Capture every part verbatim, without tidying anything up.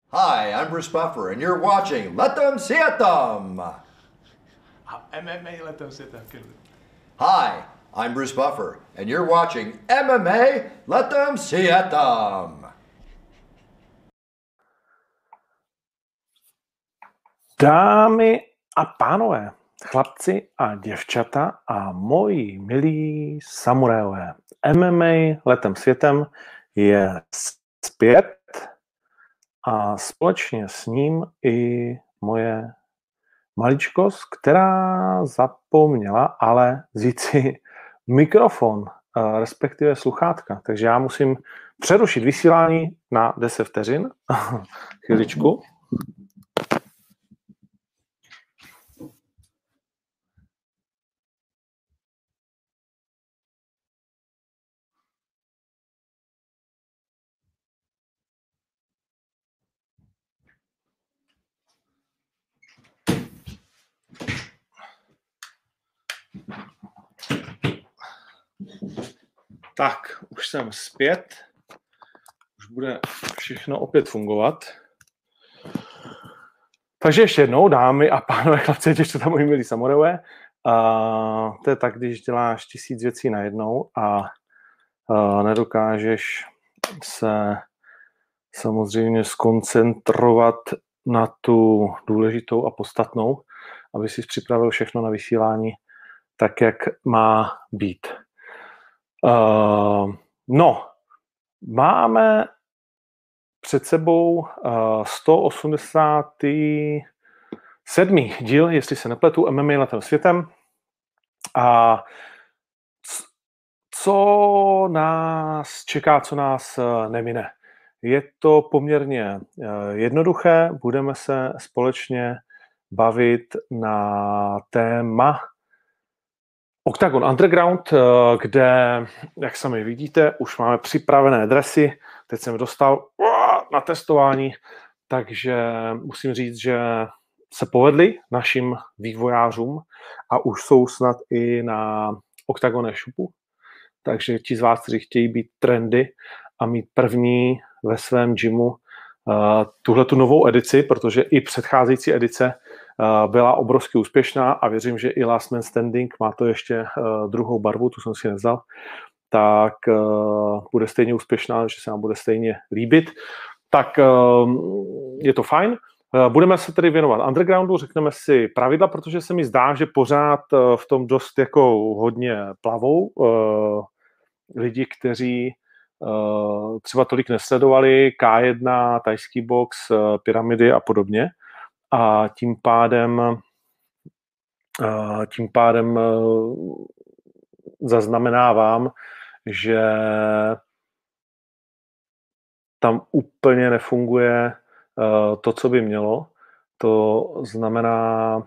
Hi, I'm Bruce Buffer, and you're watching Let Them See It Them! M M A Letem světem, kyllä. Hi, I'm Bruce Buffer, and you're watching M M A Let Them See It Them! Dámy a pánové, chlapci a děvčata a moji milí samurajové, M M A Letem světem je zpět a společně s ním i moje maličkost, která zapomněla ale vzít si mikrofon, respektive sluchátka. Takže já musím přerušit vysílání na deset vteřin. Chviličku. Tak, už jsem zpět. Už bude všechno opět fungovat. Takže ještě jednou, dámy a pánové, chlapci, ještě tam moji milí samurajové. Uh, to je tak, když děláš tisíc věcí najednou a uh, nedokážeš se samozřejmě skoncentrovat na tu důležitou a podstatnou, aby si připravil všechno na vysílání tak, jak má být. Uh, no, máme před sebou uh, sto osmdesátý sedmý díl, jestli se nepletu, M M A Letem světem. A co nás čeká, co nás nemine? Je to poměrně uh, jednoduché, budeme se společně bavit na téma Octagon Underground, kde, jak sami vidíte, už máme připravené dresy. Teď jsem dostal na testování, takže musím říct, že se povedli našim vývojářům a už jsou snad i na Octagon e-shopu. Takže ti z vás, kteří chtějí být trendy a mít první ve svém gymu tuhletu novou edici, protože i předcházející edice byla obrovsky úspěšná a věřím, že i Last Man Standing, má to ještě druhou barvu, tu jsem si nevzal, tak bude stejně úspěšná, že se nám bude stejně líbit. Tak je to fajn. Budeme se tedy věnovat undergroundu, řekneme si pravidla, protože se mi zdá, že pořád v tom dost jako hodně plavou lidi, kteří třeba tolik nesledovali K jedna, tajský box, pyramidy a podobně. A tím pádem, tím pádem zaznamenávám, že tam úplně nefunguje to, co by mělo. To znamená,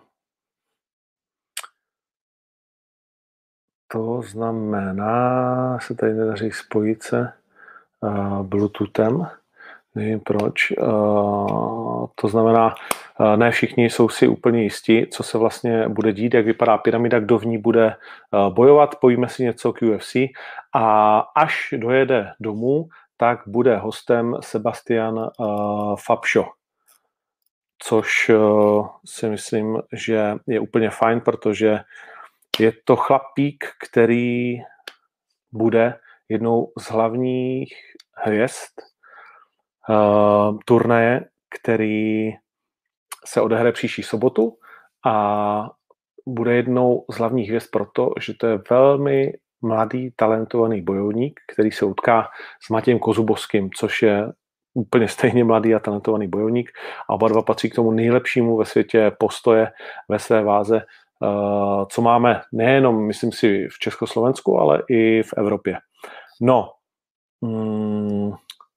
to znamená, se tady nedaří spojit se Bluetoothem. Nevím proč. Uh, to znamená, uh, ne všichni jsou si úplně jistí, co se vlastně bude dít, jak vypadá pyramida, kdo v ní bude uh, bojovat. Povíme si něco k U F C a až dojede domů, tak bude hostem Sebastian uh, Fabsho, což uh, si myslím, že je úplně fajn, protože je to chlapík, který bude jednou z hlavních hvězd Uh, turnaje, který se odehraje příští sobotu a bude jednou z hlavních hvězd proto, že to je velmi mladý, talentovaný bojovník, který se utká s Matějem Kozubovským, což je úplně stejně mladý a talentovaný bojovník a oba dva patří k tomu nejlepšímu ve světě postoje ve své váze, uh, co máme nejenom, myslím si, v Československu, ale i v Evropě. No, mm,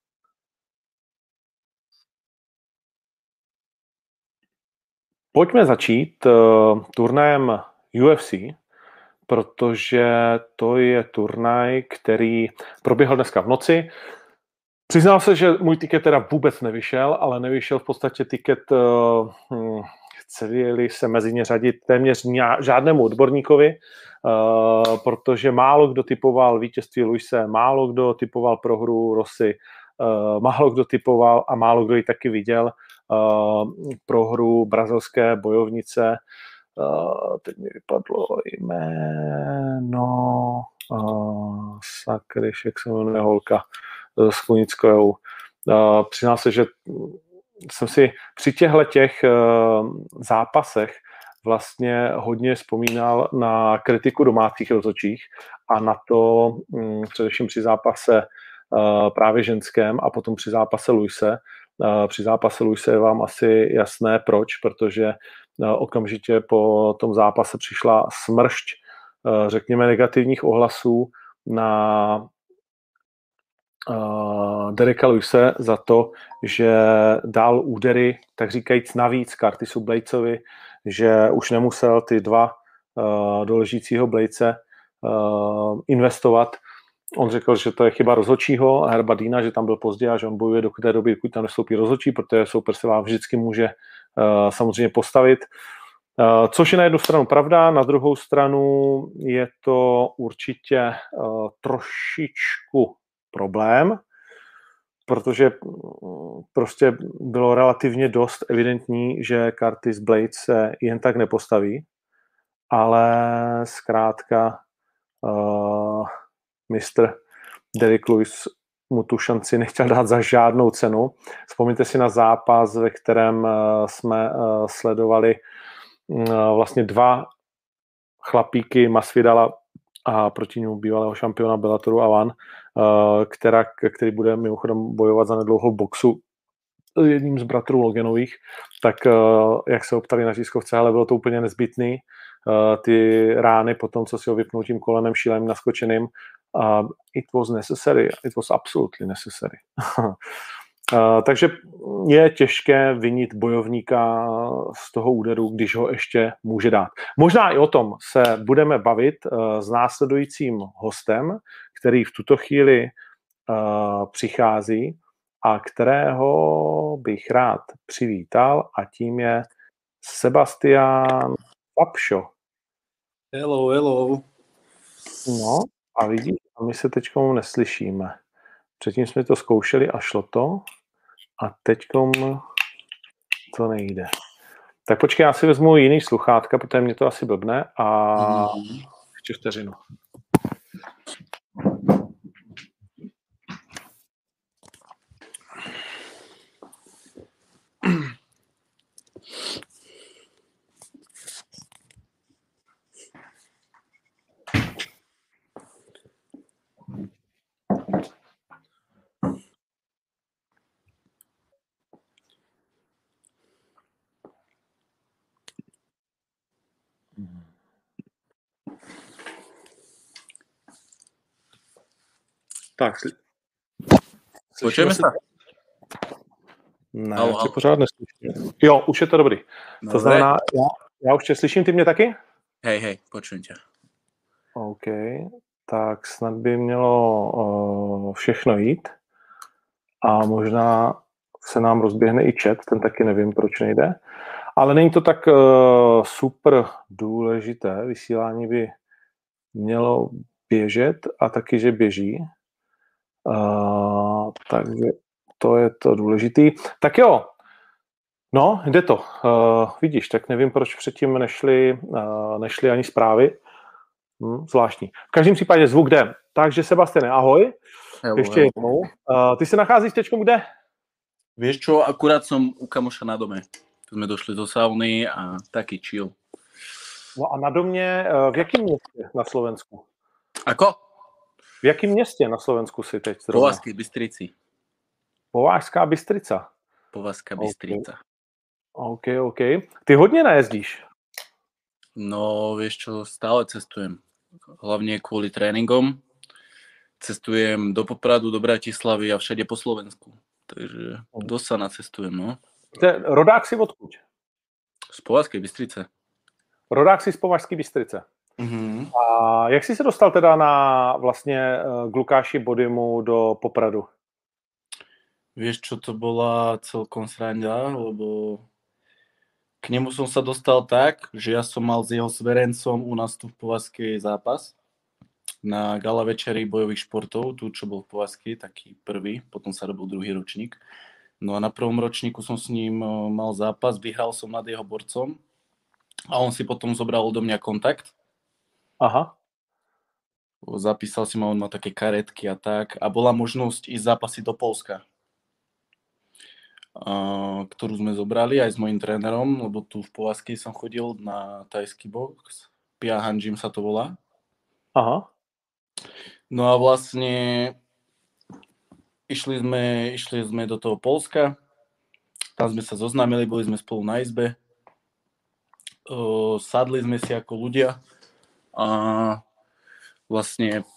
pojďme začít uh, turnajem U F C, protože to je turnaj, který proběhl dneska v noci. Přiznám se, že můj tiket teda vůbec nevyšel, ale nevyšel v podstatě tiket, uh, hm, chceli se mezi ně řadit téměř žádnému odborníkovi, uh, protože málo kdo typoval vítězství Luise, málo kdo typoval prohru Rossi, uh, málo kdo typoval a málo kdo ji taky viděl. Uh, prohru brazilské bojovnice. Uh, teď mi vypadlo jméno uh, sakryš, jak se jmenuje holka uh, s Kunickou. Uh, přiznám se, že jsem si při těchto těch uh, zápasech vlastně hodně vzpomínal na kritiku domácích rozhodčích a na to um, především při zápase uh, právě ženském a potom při zápase Luise. Uh, při zápase Luise je vám asi jasné proč, protože uh, okamžitě po tom zápase přišla smršť, uh, řekněme, negativních ohlasů na Uh, Dereka Luise za to, že dal údery, tak říkajíc navíc Curtisu Bladesovi, že už nemusel ty dva uh, do ležícího Bladese uh, investovat. On řekl, že to je chyba rozhodčího Herba Deana, že tam byl pozdě a že on bojuje do té doby, dokud tam nestoupí rozhodčí, protože soupeř se vám vždycky může uh, samozřejmě postavit. Uh, což je na jednu stranu pravda, na druhou stranu je to určitě uh, trošičku problém, protože prostě bylo relativně dost evidentní, že Curtis Blades se jen tak nepostaví, ale zkrátka uh, mistr Derek Lewis mu tu šanci nechtěl dát za žádnou cenu. Vzpomeňte si na zápas, ve kterém uh, jsme uh, sledovali uh, vlastně dva chlapíky Masvidala a proti němu bývalého šampiona Bellatoru Avan, která, který bude mimochodem bojovat za nedlouho v boxu jedním z bratrů Loganových, tak jak se optali na tiskovce, ale bylo to úplně nezbytný. Ty rány po tom, co si ho vypnul tím kolenem šíleným naskočeným, it was necessary, it was absolutely necessary. Uh, takže je těžké vinit bojovníka z toho úderu, když ho ještě může dát. Možná i o tom se budeme bavit uh, s následujícím hostem, který v tuto chvíli uh, přichází a kterého bych rád přivítal a tím je Sebastian Papšo. Hello, hello. No a vidíš, a my se teďkom neslyšíme. Předtím jsme to zkoušeli a šlo to. A teďkom to nejde. Tak počkej, já si vezmu jiný sluchátka, protože mě to asi blbne a mm. ještě vteřinu. Tak, sli... Počujeme se? Ne, já tě pořád neslyším. Jo, už je to dobrý. Dobre. To znamená, já, já už tě slyším, ty mě taky? Hej, hej, počujem tě. OK, tak snad by mělo uh, všechno jít a možná se nám rozběhne i chat, ten taky nevím, proč nejde. Ale není to tak uh, super důležité, vysílání by mělo běžet a taky, že běží. Uh, takže to je to důležitý. Tak jo, no, jde to. Uh, vidíš, tak nevím, proč předtím nešly, uh, nešly ani zprávy. Hm, zvláštní. V každém případě zvuk jde. Takže Sebastiane, ahoj. Hello, ještě hello. jednou. Uh, ty se nacházíš teďkom kde? Vieš čo, akurát som u kamoša na dome. Sme došli do sauny a taký chill. No a na domě, uh, v jakém městě na Slovensku? Ako? V jakém městě na Slovensku si teď? V Považskej Bystrici. Považská Bystrica. Považská Bystrica. OK, OK. Ty hodně najezdíš. No, vieš čo, stále cestujem. Hlavne kvôli tréningom. Cestujem do Popradu, do Bratislavy a všade po Slovensku. Takže dosť sa nacestujem, no. Rodák si odkud? Z Považskej Bystrice. Rodák si z Považské Bystrice. Mm-hmm. A jak jsi se dostal teda na vlastně k Lukáši Bodymu do Popradu? Vieš čo, to bola celkom sranda, lebo k nemu som sa dostal tak, že ja som mal s jeho sverencom u nás tu v Považskej zápas na gala večeri bojových športov, tu čo bol v Povazky, taký prvý, potom sa robil druhý ročník. No a na prvom ročníku som s ním mal zápas, vyhral som nad jeho borcom a on si potom zobral do mňa kontakt. Aha. Zapísal si ma, on má také karetky a tak a bola možnosť ísť zápasiť do Poľska, ktorú sme zobrali aj s mojím trénerom, lebo tu v Povazky som chodil na tajský box, Piahan Gym sa to volá. Aha. No a vlastne išli sme, išli sme do toho Poľska, tam sme sa zoznámili, boli sme spolu na izbe, uh, sadli sme si ako ľudia a vlastne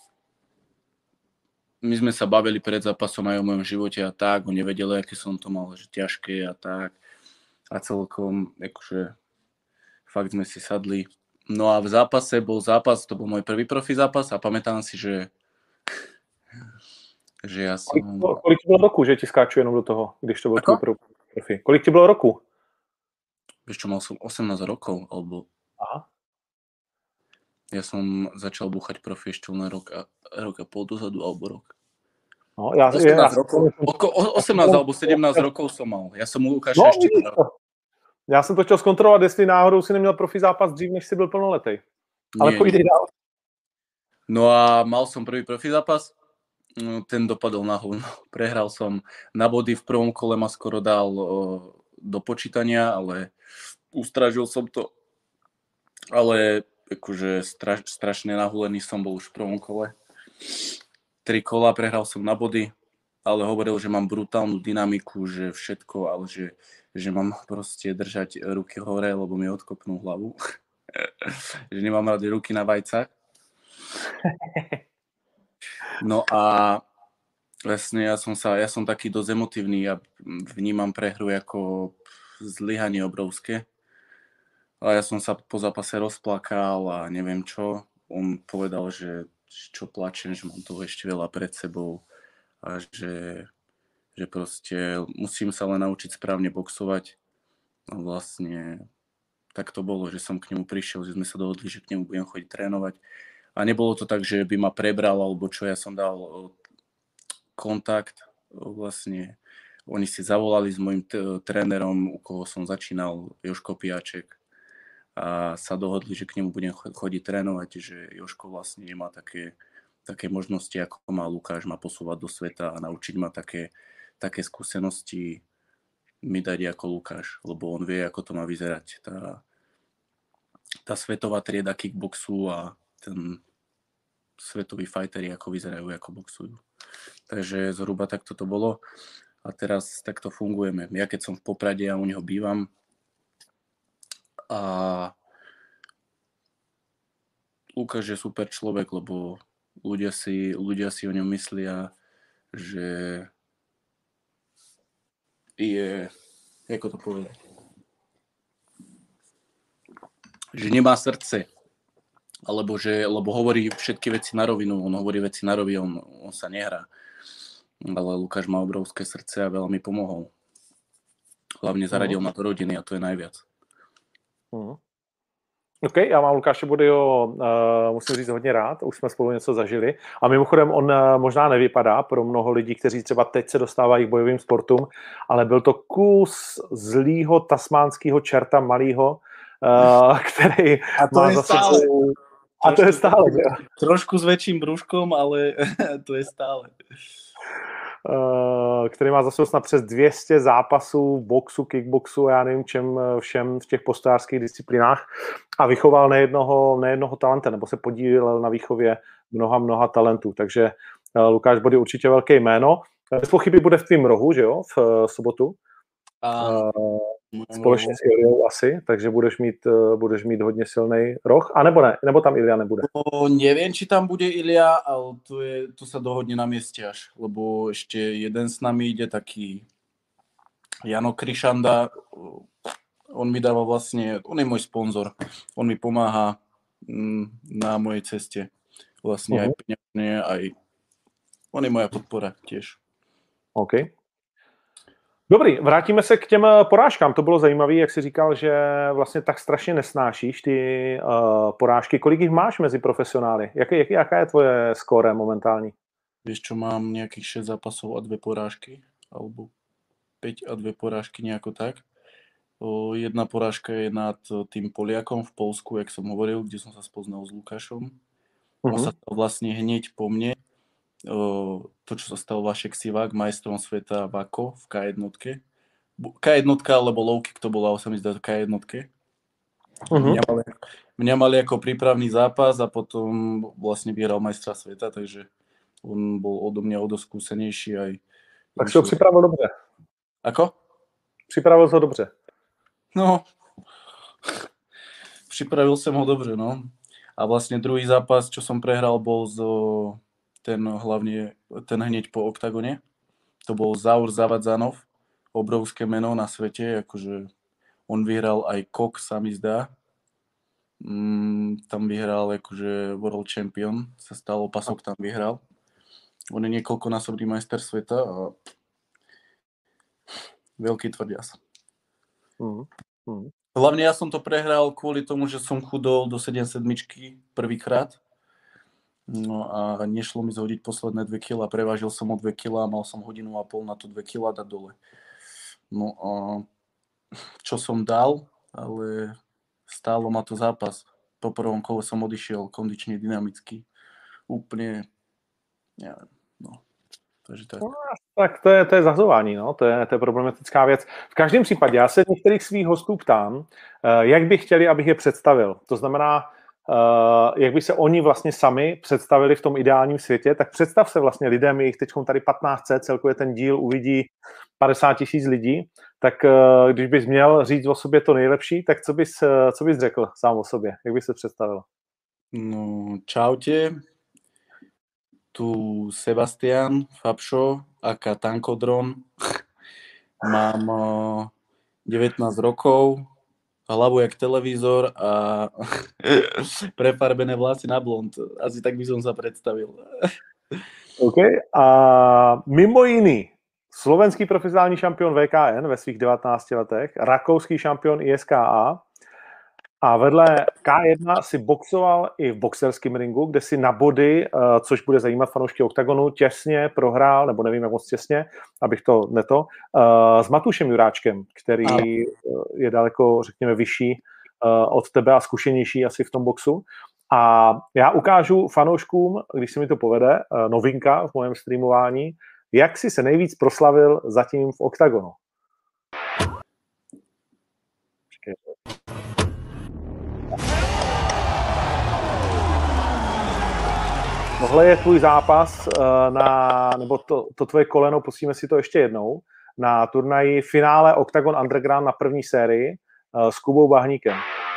my sme sa bavili pred zápasom aj o mojom živote a tak, on nevedel, aké som to mal, že ťažké a tak a celkom, akože fakt sme si sadli. No a v zápase bol zápas, to bol môj prvý profi zápas a pamätám si, že že ja som... Kolik, kolik ti bylo roku, že ti skáču jenom do toho, když to byl tvůj první profi? Kolik ti bylo roku? Vieš čo, mal som osemnásť rokov, alebo... Aha. Ja som začal búchať profi ešte na rok a, rok a pol dozadu, alebo rok. No, já, osemnásť já, rokov, oko, osemnásť alebo sedemnásť rokov som mal. Ja som u Lukáša no, ešte... Já jsem to chtěl zkontrolovat, jestli náhodou si neměl profi zápas dřív, než jsi byl plnoletý. Ale pojdej dál. No a mal som prvý profi zápas, ten dopadol na hovno. Prehral som na body, v prvom kole ma skoro dal o, do počítania, ale ustražil som to. Ale akože straš, strašne nahulený som bol už v prvom kole. Tri kola prehral som na body, ale hovoril, že mám brutálnu dynamiku, že všetko, ale že, že mám proste držať ruky hore, lebo mi odkopnú hlavu. Že nemám rád ruky na vajcach. No a vlastne ja som sa, ja som taký dosť emotívny, ja vnímam prehru ako zlyhanie obrovské. A ja som sa po zápase rozplakal a neviem čo. On povedal, že čo plačem, že mám toho ešte veľa pred sebou a že, že proste musím sa len naučiť správne boxovať. A vlastne tak to bolo, že som k nemu prišiel, že sme sa dohodli, že k nemu budem chodiť trénovať. A nebolo to tak, že by ma prebral, alebo čo, ja som dal kontakt, vlastne oni si zavolali s mojim t- trénerom, u koho som začínal, Jožko Piaček, a sa dohodli, že k nemu budem chodiť trénovať, že Jožko vlastne nemá také, také možnosti, ako má Lukáš, ma posúvať do sveta a naučiť ma také, také skúsenosti mi dať ako Lukáš, lebo on vie, ako to má vyzerať, tá, tá svetová trieda kickboxu a ten svetoví fighteri, ako vyzerajú, ako boxujú. Takže zhruba takto to bolo a teraz takto fungujeme. Ja keď som v Poprade, ja u neho bývam a Lukáš je super človek, lebo ľudia si, ľudia si o ňom myslia, že je, ako to povedať, že nemá srdce. Alebo, že, lebo hovorí všetky veci na rovinu, on hovorí veci na rovinu, on, on sa nehrá. Ale Lukáš má obrovské srdce a veľa mi pomohol. Hlavne zaradil ma do rodiny a to je najviac. Mm. OK, já mám Lukáše Bodyho, uh, musím říct, hodně rád, už jsme spolu něco zažili. A mimochodem on uh, možná nevypadá pro mnoho lidí, kteří třeba teď se dostávají k bojovým sportům, ale byl to kus zlýho tasmánského čerta malýho, uh, který a to má je za stále. sebou... A to je stále, jo. Trošku s väčším brúškom, ale to je stále. Uh, který má za sebou snad přes dvě stě zápasů, boxu, kickboxu, já nevím čem všem v těch postojářských disciplínách a vychoval nejednoho, nejednoho talenta, nebo se podílel na výchově mnoha, mnoha talentů. Takže uh, Lukáš Body určitě velké jméno. Bez pochyby bude v tvým rohu, že jo, v uh, sobotu. A... Uh, společně s Iliou asi, takže budeš mít, uh, budeš mít hodně silný roh, a nebo ne, nebo tam Ilia nebude. No, neviem, či tam bude Ilia, ale to, je, to sa dohodne na mieste až, lebo ešte jeden s nami ide taký Jano Krišanda, on mi dáva vlastne, on je môj sponzor, on mi pomáha mm, na mojej ceste, vlastne uh-huh. aj peňažne, aj on je moja podpora tiež. OK. Dobrý, vrátíme se k těm porážkám. To bylo zajímavé, jak jsi říkal, že vlastně tak strašně nesnášíš ty uh, porážky. Kolik jich máš mezi profesionály? Jak, jak, jaká je tvoje skóre momentální? Vieš čo, mám nejakých šesť zápasov a dve porážky, alebo päť a dve porážky nejako tak. O, jedna porážka je nad tým Poliakom v Polsku, jak som hovoril, kde som sa spoznal s Lukášom. Uh-huh. On sa stal vlastne hneď po mne. O, to, čo sa stal Vašek Sivák, majstrom sveta Vako v ká jednotke. ká jednotka alebo low kick to bola, ale sa mi zdá ká jednotke. Uh-huh. Mňa, mali, mňa mali ako prípravný zápas a potom vlastne vyhral majstra sveta, takže on bol odo mňa o dosť skúsenejší aj... Tak si ho připravil dobře. Ako? Připravil ho dobře. No, připravil som ho dobře, no. A vlastne druhý zápas, čo som prehral, bol zo, ten hlavne, ten hneď po oktagone. To bol Zaur Zavadzanov, obrovské meno na svete, akože on vyhral aj Kok, sa mi zdá. Mm, tam vyhral akože World Champion, sa stal, opasok tam vyhral. On je niekoľkonásobný majster sveta a veľký tvrdias. Mm. Mm. Hlavne ja som to prehral kvôli tomu, že som chudol do sedem sedmičky prvýkrát. No a nešlo mi zhodiť posledné dve kilá, prevážil som o dve kilá, mal som hodinu a pol na to dve kilá dať dole. No a čo som dal, ale stálo ma to zápas. Po prvom kole som odišiel kondične dynamicky. Úplne, neviem. No, takže tak. No, tak to je, to je zazování, no? to, je, to je problematická věc. V každém případě, já se některých svých hostů ptám, jak by chtěli, abych je představil. To znamená, jak by se oni vlastně sami představili v tom ideálním světě, tak představ se vlastně lidem, je jich teď tady patnáct set, celkově ten díl uvidí padesát tisíc lidí, tak když bys měl říct o sobě to nejlepší, tak co bys, co bys řekl sám o sobě? Jak bys se představil? No, čaute. Tu Sebastian Fabšo, aka Tankodron. Mám devätnásť rokov, hlavu jak televízor a prefarbené vlasy na blond. Asi tak by som sa predstavil. OK. A mimo jiný, slovenský profesionální šampion vé ká en ve svých devatenácti letech, rakouský šampion í es ká á a vedle ká jedna si boxoval i v boxerském ringu, kde si na body, což bude zajímat fanoušky Oktagonu, těsně prohrál, nebo nevím, jak moc těsně, abych to neto, s Matušem Juráčkem, který je daleko, řekněme, vyšší od tebe a zkušenější asi v tom boxu. A já ukážu fanouškům, když se mi to povede, novinka v mém streamování, jak jsi se nejvíc proslavil zatím v Oktagonu. Tohle je tvůj zápas na, nebo to, to tvoje koleno, pustíme si to ještě jednou, na turnaji finále Octagon Underground na první sérii s Kubou Bahníkem.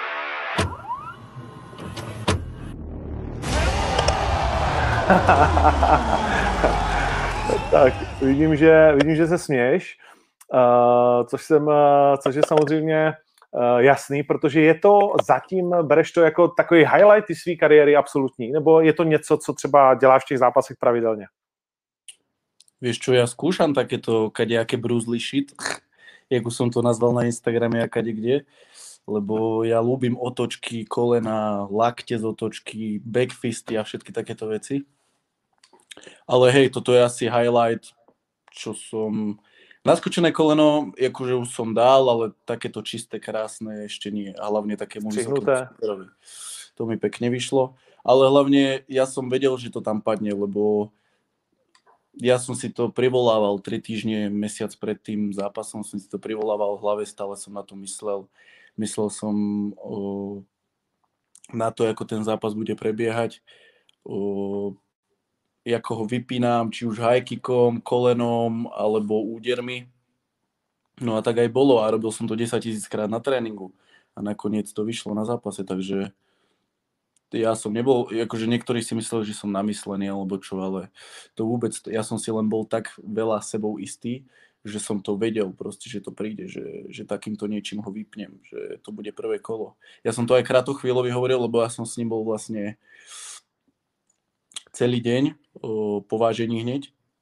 Tak, vidím, že, vidím, že se směješ, uh, což, jsem, uh, což je samozřejmě uh, jasný, protože je to zatím, bereš to jako takový highlight ty své kariéry absolutní, nebo je to něco, co třeba děláš v těch zápasech pravidelně? Vieš čo, ja skúšam takéto kadejaké brúzly shit, jak už som to nazval na Instagrame a kadekde, lebo ja ľúbim otočky, kolena, lakte z otočky, backfisty a všetky takéto veci. Ale hej, toto je asi highlight, čo som... Naskočené koleno, akože už som dal, ale takéto čisté, krásne ešte nie. A hlavne takému vysokému superovi. To mi pekne vyšlo. Ale hlavne ja som vedel, že to tam padne, lebo ja som si to privolával tri týždne, mesiac pred tým zápasom som si to privolával v hlave, stále som na to myslel. Myslel som o, na to, ako ten zápas bude prebiehať, o, ako ho vypínam, či už high kickom, kolenom alebo údermi. No a tak aj bolo a robil som to desaťtisíc krát na tréningu a nakoniec to vyšlo na zápase, takže ja som nebol, akože niektorí si mysleli, že som namyslený alebo čo, ale to vôbec, ja som si len bol tak veľa sebou istý, že som to vedel proste, že to príde, že, že takýmto niečím ho vypnem, že to bude prvé kolo. Ja som to aj Kratochvíľovi hovoril, lebo ja som s ním bol vlastne celý deň o, po vážení hneď,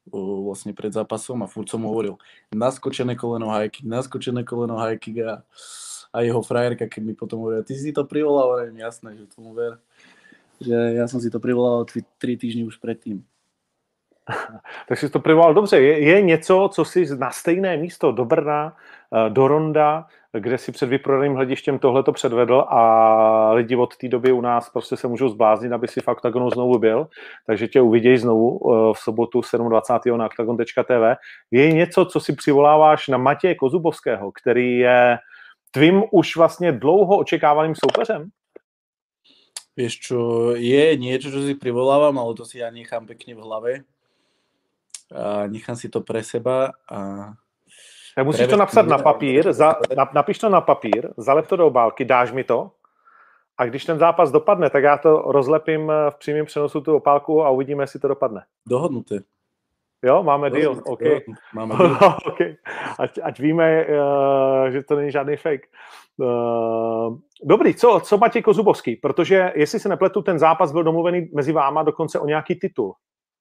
vlastne pred zápasom a furt som mu hovoril naskočené koleno high kick, naskočené koleno high kick a, a jeho frajerka, keď mi potom hovoria, ty si to privolal, ale jasné, že tomu ver. Že ja som si to privolal tri, tri týždny už predtým. Tak jsi to privolal dobře. Je, je něco, co si na stejné místo do Brna, do Ronda, kde si před vyprodaným hledištěm tohleto předvedl a lidi od té doby u nás prostě se můžou zbláznit, aby si v Octagonu znovu byl, takže tě uvidějí znovu v sobotu dvacátého sedmého na octagon tečka té vé. Je něco, co si přivoláváš na Matěje Kozubovského, který je tvým už vlastně dlouho očekávaným soupeřem? Vieš čo, je niečo, čo si privolávam, ale to si ja nechám pekne v hlave. A nechám si to pre seba. A tak musíš to napsat na papír, za, na, napiš to na papír, zalep to do obálky, dáš mi to a když ten zápas dopadne, tak já to rozlepím v přímém přenosu tu opálku a uvidíme, jestli to dopadne. Dohodnuté. Jo, máme deal, OK. Máme deal. Okay. Ať, ať víme, uh, že to není žádný fake. Uh, dobrý, co, co Matěj Kozubovský? Protože, jestli se nepletu, ten zápas byl domluvený mezi váma dokonce o nějaký titul.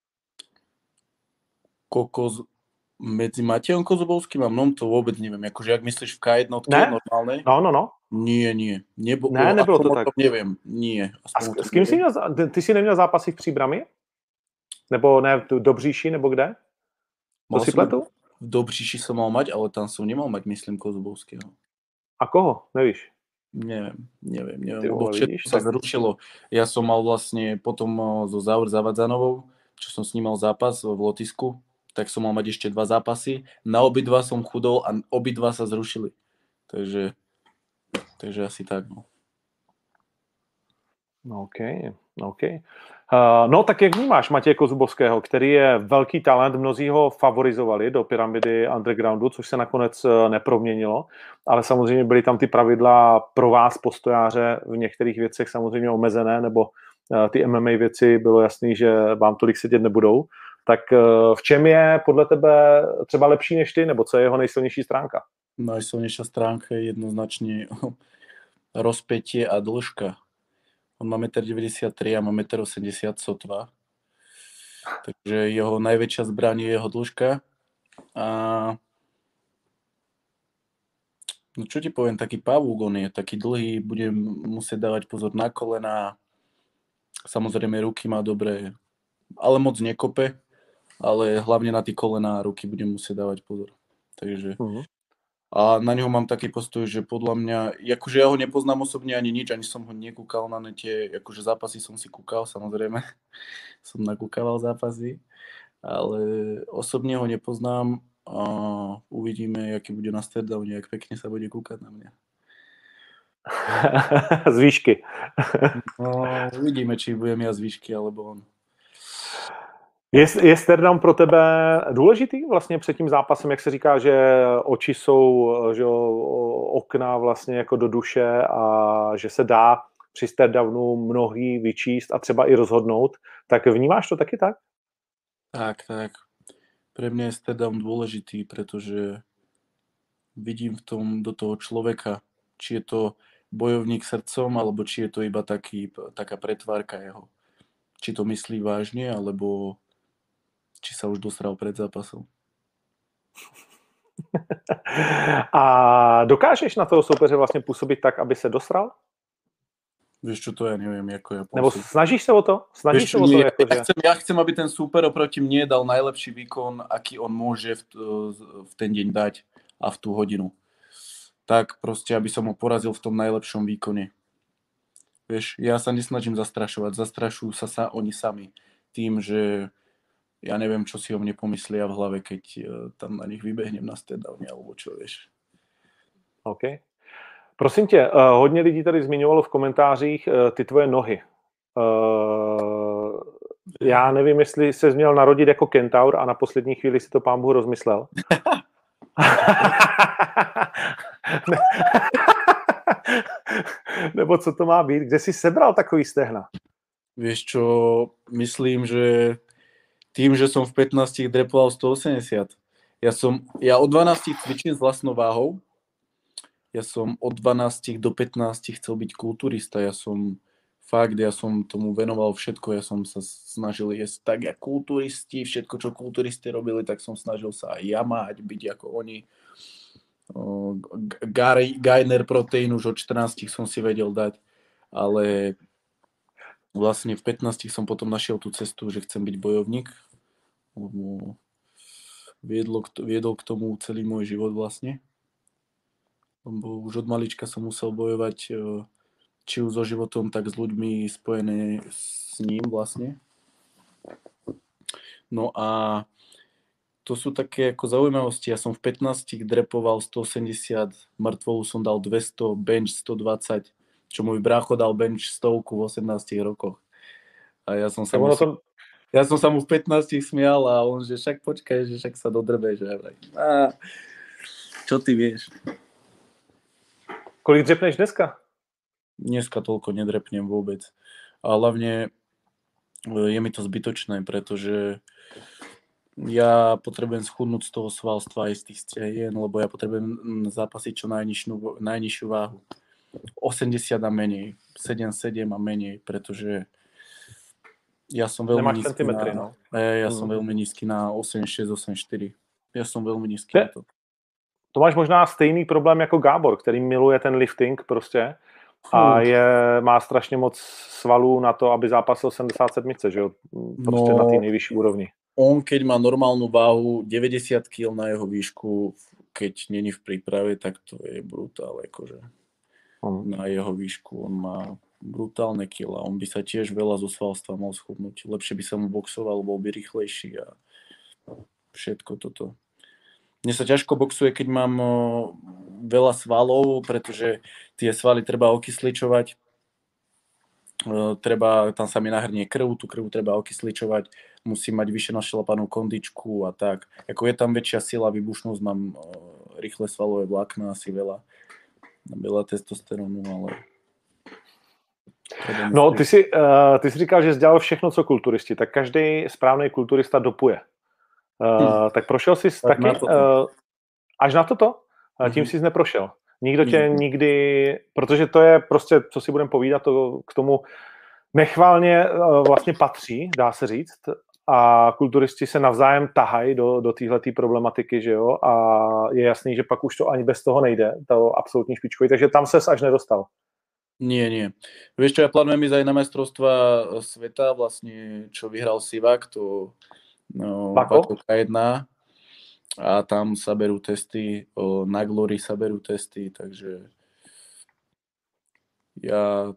Kokos medzi Matejom Kozubovským a mnou to vôbec neviem. Akože, ak myslíš v ká jedna normálnej? No, no, no. Nie, nie. Nebo, ne, nebylo to tak. Neviem, nie. A s, s kým jsi měl, ty jsi neměl zápasy v Příbrami? Nebo ne, v Dobříši, nebo kde? To si pletu? V Dobříši som mal mať, ale tam som nemal mať, myslím, Kozubovského. A koho? Nevíš? Neviem, neviem, neviem. Ty Lebo všetko sa zrušilo. Ja som mal vlastne potom zo Zaur Zavadzanovou, čo som s ním mal zápas v Lotisku, tak som mal mať ešte dva zápasy. Na obidva som chudol a obidva sa zrušili. Takže, takže asi tak. No. OK, OK. Uh, no tak jak vnímáš Matěje Kozubovského, který je velký talent, mnozí ho favorizovali do pyramidy undergroundu, což se nakonec neproměnilo, ale samozřejmě byly tam ty pravidla pro vás, postojáře, v některých věcech samozřejmě omezené, nebo uh, ty M M A věci bylo jasný, že vám tolik sedět nebudou. Tak uh, v čem je podle tebe třeba lepší než ty, nebo co je jeho nejsilnější stránka? Najsilnejšia stránka je jednoznačne rozpätie a dĺžka. On má jeden deväťdesiattri a má jeden osemdesiat sotva. Takže jeho najväčšia zbraň je jeho dĺžka. A no čo ti poviem, taký pavúk on je, taký dlhý, budem musieť dávať pozor na kolena. Samozrejme ruky má dobré, ale moc nekope, ale hlavne na tie kolená a ruky budem musieť dávať pozor. Takže uh-huh. A na neho mám taký postoj, že podľa mňa, akože ja ho nepoznám osobne ani nič, ani som ho nekúkal na nete, akože zápasy som si kúkal, samozrejme, som nakúkával zápasy, ale osobne ho nepoznám a uvidíme, aký bude na stare-downe, jak pekne sa bude kúkať na mňa. Z výšky. No, uvidíme, či budem ja z výšky, alebo on. Je, je stare-down pro tebe důležitý vlastně před tím zápasem, jak se říká, že oči jsou že okna vlastně jako do duše a že se dá při stare-downu mnohý vyčíst a třeba i rozhodnout, tak vnímáš to taky tak? Tak, tak. Pre mňa je stare-down dôležitý, pretože vidím v tom do toho človeka, či je to bojovník srdcom, alebo či je to iba taký, taká pretvárka jeho. Či to myslí vážne, alebo či sa už dosral pred zápasom. A dokážeš na toho soupeře vlastně působit tak, aby se dosral? Vieš čo, to ja neviem, ako ja pôsobím. Nebo snažíš sa o to? Snažíš Vieš, sa o to? Nie, Jako, ja, že... chcem, ja chcem, aby ten súper oproti mne dal najlepší výkon, aký on môže v, v ten deň dať a v tú hodinu. Tak proste, aby som ho porazil v tom najlepšom výkone. Vieš, ja sa nesnažím zastrašovať, zastrašujú sa, sa oni sami tým, že ja neviem, čo si o mne pomyslia v hlave, keď uh, tam na nich vybehnem na stare-downe, alebo čo, vieš. OK. Prosím tě, uh, hodně lidí tady zmiňovalo v komentářích uh, ty tvoje nohy. Uh, já nevím, jestli se měl narodit jako kentaur a na poslední chvíli si to pán Bůh rozmyslel. Nebo co to má být? Kde jsi sebral takový stehna? Vieš čo, myslím, že tým, že som v pätnástich drepoval stoosemdesiat. Ja som, ja od dvanástich cvičím s vlastnou váhou. Ja som od dvanástich do pätnástich chcel byť kulturista. Ja som Fakt, ja som tomu venoval všetko, ja som sa snažil jesť tak, jak kulturisti, všetko, čo kulturisti robili, tak som snažil sa aj ja mať, byť ako oni. Gainer proteín už od štrnástich som si vedel dať, ale vlastne v pätnástich som potom našiel tú cestu, že chcem byť bojovník. Viedlo, viedol k tomu celý môj život vlastne. Lebo už od malička som musel bojovať či už so životom, tak s ľuďmi spojené s ním vlastne. No a to sú také ako zaujímavosti. Ja som v pätnástich drepoval stoosemdesiat, mŕtvolu som dal dvesto, bench stodvadsať, čo môj brácho dal bench stovku v osemnástich rokoch. A ja som sa, mu, to... ja som sa mu v pätnástich smial a on, že však počkaj, že však sa dodrbeš. A čo ty vieš? Kolik dřepneš dneska? Dneska toľko nedrepnem vôbec. A hlavne je mi to zbytočné, pretože ja potrebujem schudnúť z toho svalstva aj z tých strehien, lebo ja potrebujem zápasiť čo najnižšiu, najnižšiu váhu. osemdesiat a menej, sedem sedem a menej, pretože ja som veľmi nízky na, no. ja, ja som veľmi nízky na osem šesť, osem štyri. Ja som veľmi nízky Te, na to. To máš možná stejný problém jako Gábor, který miluje ten lifting prostě a je, má strašně moc svalů na to, aby zápasil sedemdesiat sedm, že jo? Prostě no, na té nejvyšší úrovni. On, keď má normálnu váhu deväťdesiat kíl na jeho výšku, keď není v príprave, tak to je brutál, akože. Hmm. Na jeho výšku on má brutálne kila. On by sa tiež veľa zo svalstva mal schudnúť. Lepšie by sa mu boxoval, bol by rýchlejší a všetko toto. Mne sa ťažko boxuje, keď mám o, veľa svalov, pretože tie svaly treba okysličovať. Uh, treba, tam sa mi nahrnie krv, tú krv treba okysličovať, musím mať vyššie našlapanú kondičku a tak. Ako je tam väčšia sila, výbušnosť, mám uh, rýchle svalové vlákna, asi veľa, veľa testosterónu, ale... No, ty si, uh, ty si říkal, že jsi dělal všechno, co kulturisti, tak každý správný kulturista dopuje. Uh, hmm. Tak prošel jsi tak taky, na uh, až na toto? Hmm. Tím jsi neprošel. Nikdo tě hmm. nikdy, protože to je prostě, co si budeme povídat, to k tomu nechválně uh, vlastně patří, dá se říct, a kulturisti se navzájem tahají do, do téhletý problematiky, že jo, a je jasný, že pak už to ani bez toho nejde, to absolutní špičkový, takže tam ses až nedostal. Nie, nie. Vieš čo, ja plánujem ísť aj na majstrovstvá sveta, vlastne, čo vyhral Sivak, to no, Bako ká jedna a tam sa berú testy, o, na Glory sa berú testy, takže ja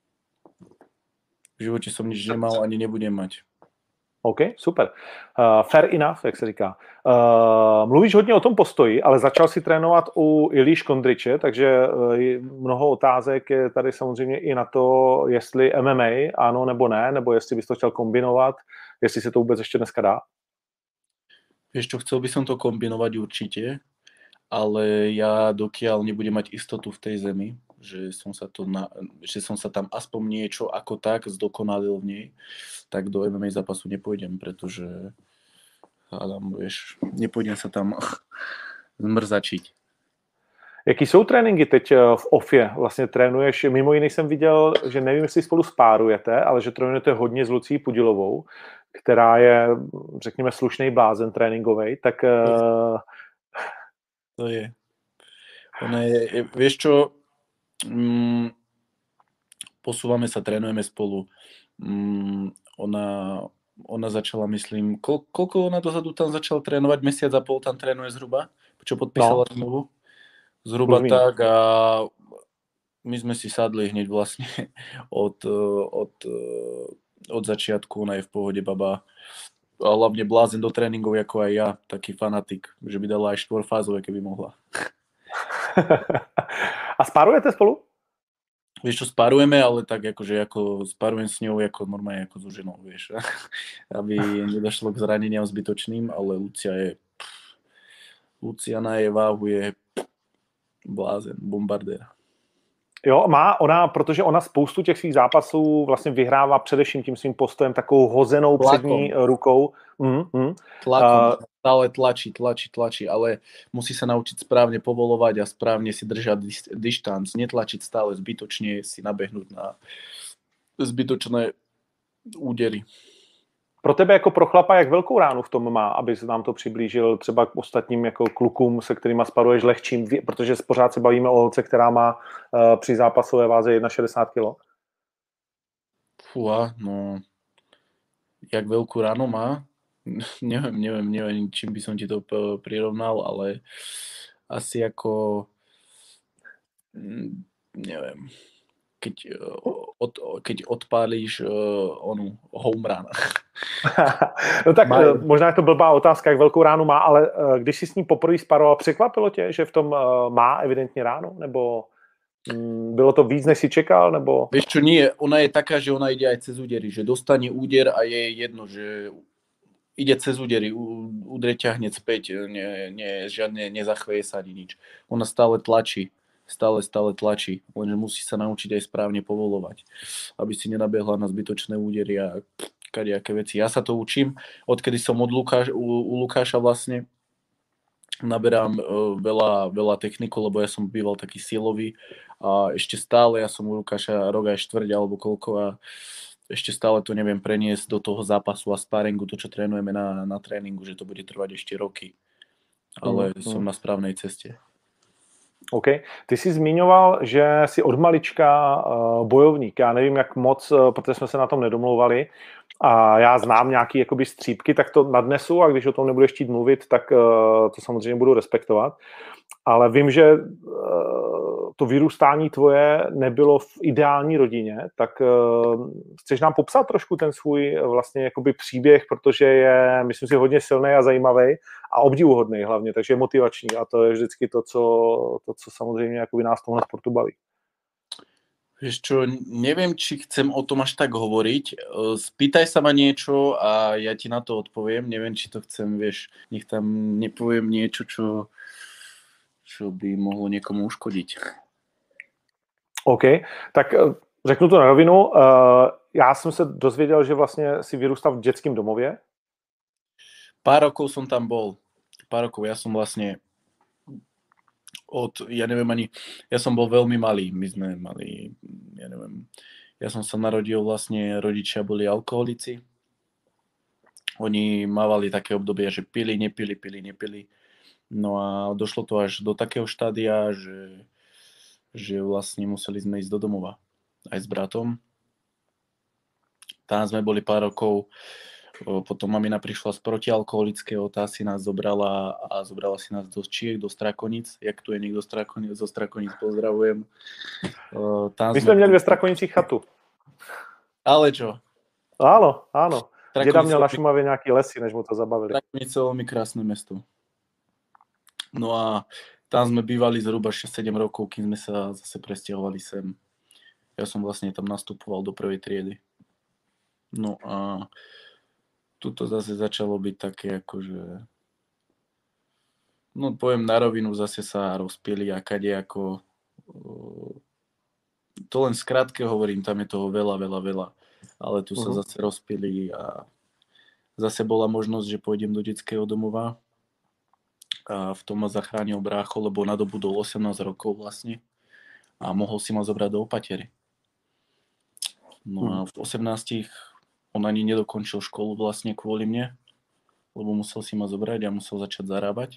v živote som nič nemal, ani nebudem mať. OK, super. Uh, fair enough, jak se říká. Uh, mluvíš hodně o tom postoji, ale začal si trénovat u Ilíš Kondriče, takže uh, mnoho otázek je tady samozřejmě i na to, jestli M M A, ano nebo ne, nebo jestli bys to chtěl kombinovat, jestli se to vůbec ještě dneska dá. Vieš čo, chcel by som to kombinovať určite, ale ja dokiaľ nebudem mať istotu v tej zemi, že som sa, to na, že som sa tam aspoň niečo ako tak zdokonalil v nej, tak do M M A zápasu nepôjdem, pretože hádam, vieš, nepôjdem sa tam zmrzačiť. Jaký jsou tréninky teď v ofě? Vlastně trénuješ, mimo jiný jsem viděl, že nevím, jestli spolu spárujete, ale že trénujete hodně s Lucí Pudilovou, která je, řekněme, slušný blázen tréninkovej, tak... To je. Ona je, vieš čo, mm, posúvame sa, trénujeme spolu. Mm, ona, ona začala, myslím, kol, koľko ona dozadu tam začala trénovať? Mesiac a pol tam trénuje zhruba? Čo podpísala no. zmluvu? Zhruba Rozumím. Tak a my sme si sadli hneď vlastne od, od, od začiatku, ona je v pohode baba. A hlavne blázen do tréningov, ako aj ja, taký fanatik, že by dala aj štvorfázové, keby mohla. A spárujete spolu? Vieš čo, spárujeme, ale tak akože ako spárujem s ňou ako normálne ako so ženou, vieš. Aby nedošlo k zraneniam zbytočným, ale Lucia je... Lucia na jej váhu je blázen, bombardér. Jo, má ona, protože ona spoustu těch svých zápasů vlastně vyhrává především tím svým postojem takovou hozenou Tlakom. Přední rukou. Mm, mm. Tlakom, uh, stále tlačí, tlačí, tlačí, ale musí sa naučiť správne povolovať a správne si držať dištanc, netlačiť stále zbytočne, si nabehnúť na zbytočné údery. Pro tebe jako pro chlapa, jak velkou ránu v tom má, aby se nám to přiblížil třeba k ostatním jako klukům, se kterýma sparuješ lehčím, protože pořád se bavíme o holce, která má uh, při zápasové váze šedesát jedna kilogramů. Fúha, no, jak veľkú ránu má, neviem, neviem, neviem, čím by som ti to prirovnal, ale asi ako, neviem, keď, od, keď odpálíš uh, onu home run. No tak má... možná je to blbá otázka, jak velkou ránu má, ale uh, když jsi s ní poprvé sparoval, překvapilo tě, že v tom uh, má evidentně ránu, nebo um, bylo to víc, než si čekal, nebo... Vieš čo, nie, ona je taká, že ona ide aj cez údery, že dostane úder a je jedno, že ide cez údery, údre ťa hneď späť, ne, ne, žiadne nezachveje sa ani nič. Ona stále tlačí. Stále, stále tlačí, lenže musí sa naučiť aj správne povolovať, aby si nenabehla na zbytočné údery a kadejaké veci. Ja sa to učím, odkedy som od Lukáš, u, u Lukáša vlastne naberám uh, veľa, veľa techniku, lebo ja som býval taký silový a ešte stále, ja som u Lukáša rok aj štvrť alebo koľko a ešte stále to neviem preniesť do toho zápasu a sparingu, to čo trénujeme na, na tréningu, že to bude trvať ešte roky, ale mm, som mm. na správnej ceste. OK. Ty jsi zmiňoval, že jsi od malička uh, bojovník. Já nevím, jak moc, uh, protože jsme se na tom nedomlouvali a já znám nějaký jakoby střípky, tak to nadnesu a když o tom nebudeš chtít mluvit, tak uh, to samozřejmě budu respektovat. Ale vím, že uh, to vyrůstání tvoje nebylo v ideální rodině, tak uh, chceš nám popsat trošku ten svůj vlastně jakoby příběh, protože je, myslím si, hodně silný a zajímavý a obdivuhodný hlavně, takže je motivační a to je vždycky to, co, to, co samozřejmě jakoby nás v tomhle sportu baví. Vieš čo, neviem, či chcem o tom až tak hovoriť. Spýtaj sa ma niečo a ja ti na to odpoviem. Neviem, či to chcem, vieš, nech tam nepoviem niečo, čo, čo by mohlo niekomu uškodiť. OK, tak řeknu to na rovinu. Já jsem se dozvěděl, že vlastně si vyrůstal v dětském domově. Pár rokov som tam bol. Pár rokov. Ja som vlastne od, ja neviem ani, ja som bol veľmi malý, my sme mali, ja neviem, ja som sa narodil vlastne, rodičia boli alkoholici, oni mávali také obdobie, že pili, nepili, pili, nepili, no a došlo to až do takého štádia, že, že vlastne museli sme ísť do domova, aj s bratom, tam sme boli pár rokov. Potom mamina prišla z protialkoholického, tá si nás zobrala a zobrala si nás do Čiech, do Strakonic. Jak tu je niekto Strakonic, zo Strakonic, pozdravujem. Tam My sme měli ve Strakonicích chatu. Ale čo? Áno, áno. Strakonice... Deda měl na Šumavě nejaké lesy, než mu to zabavili. Strakonice je veľmi krásne mesto. No a tam sme bývali zhruba šesť sedem rokov, kým sme sa zase presťahovali sem. Ja som vlastne tam nastupoval do prvej triedy. No a tuto zase začalo byť také akože, no poviem na rovinu, zase sa rozpili a kadejako, to len skrátke hovorím, tam je toho veľa, veľa, veľa, ale tu uh-huh. sa zase rozpili a zase bola možnosť, že pôjdem do detského domova a v tom ma zachránil brácho, lebo nadobudol osemnásť rokov vlastne a mohol si ma zobrať do opatery. No a v osemnástich on ani nedokončil školu vlastne kvôli mne, lebo musel si ma zobrať a musel začať zarábať.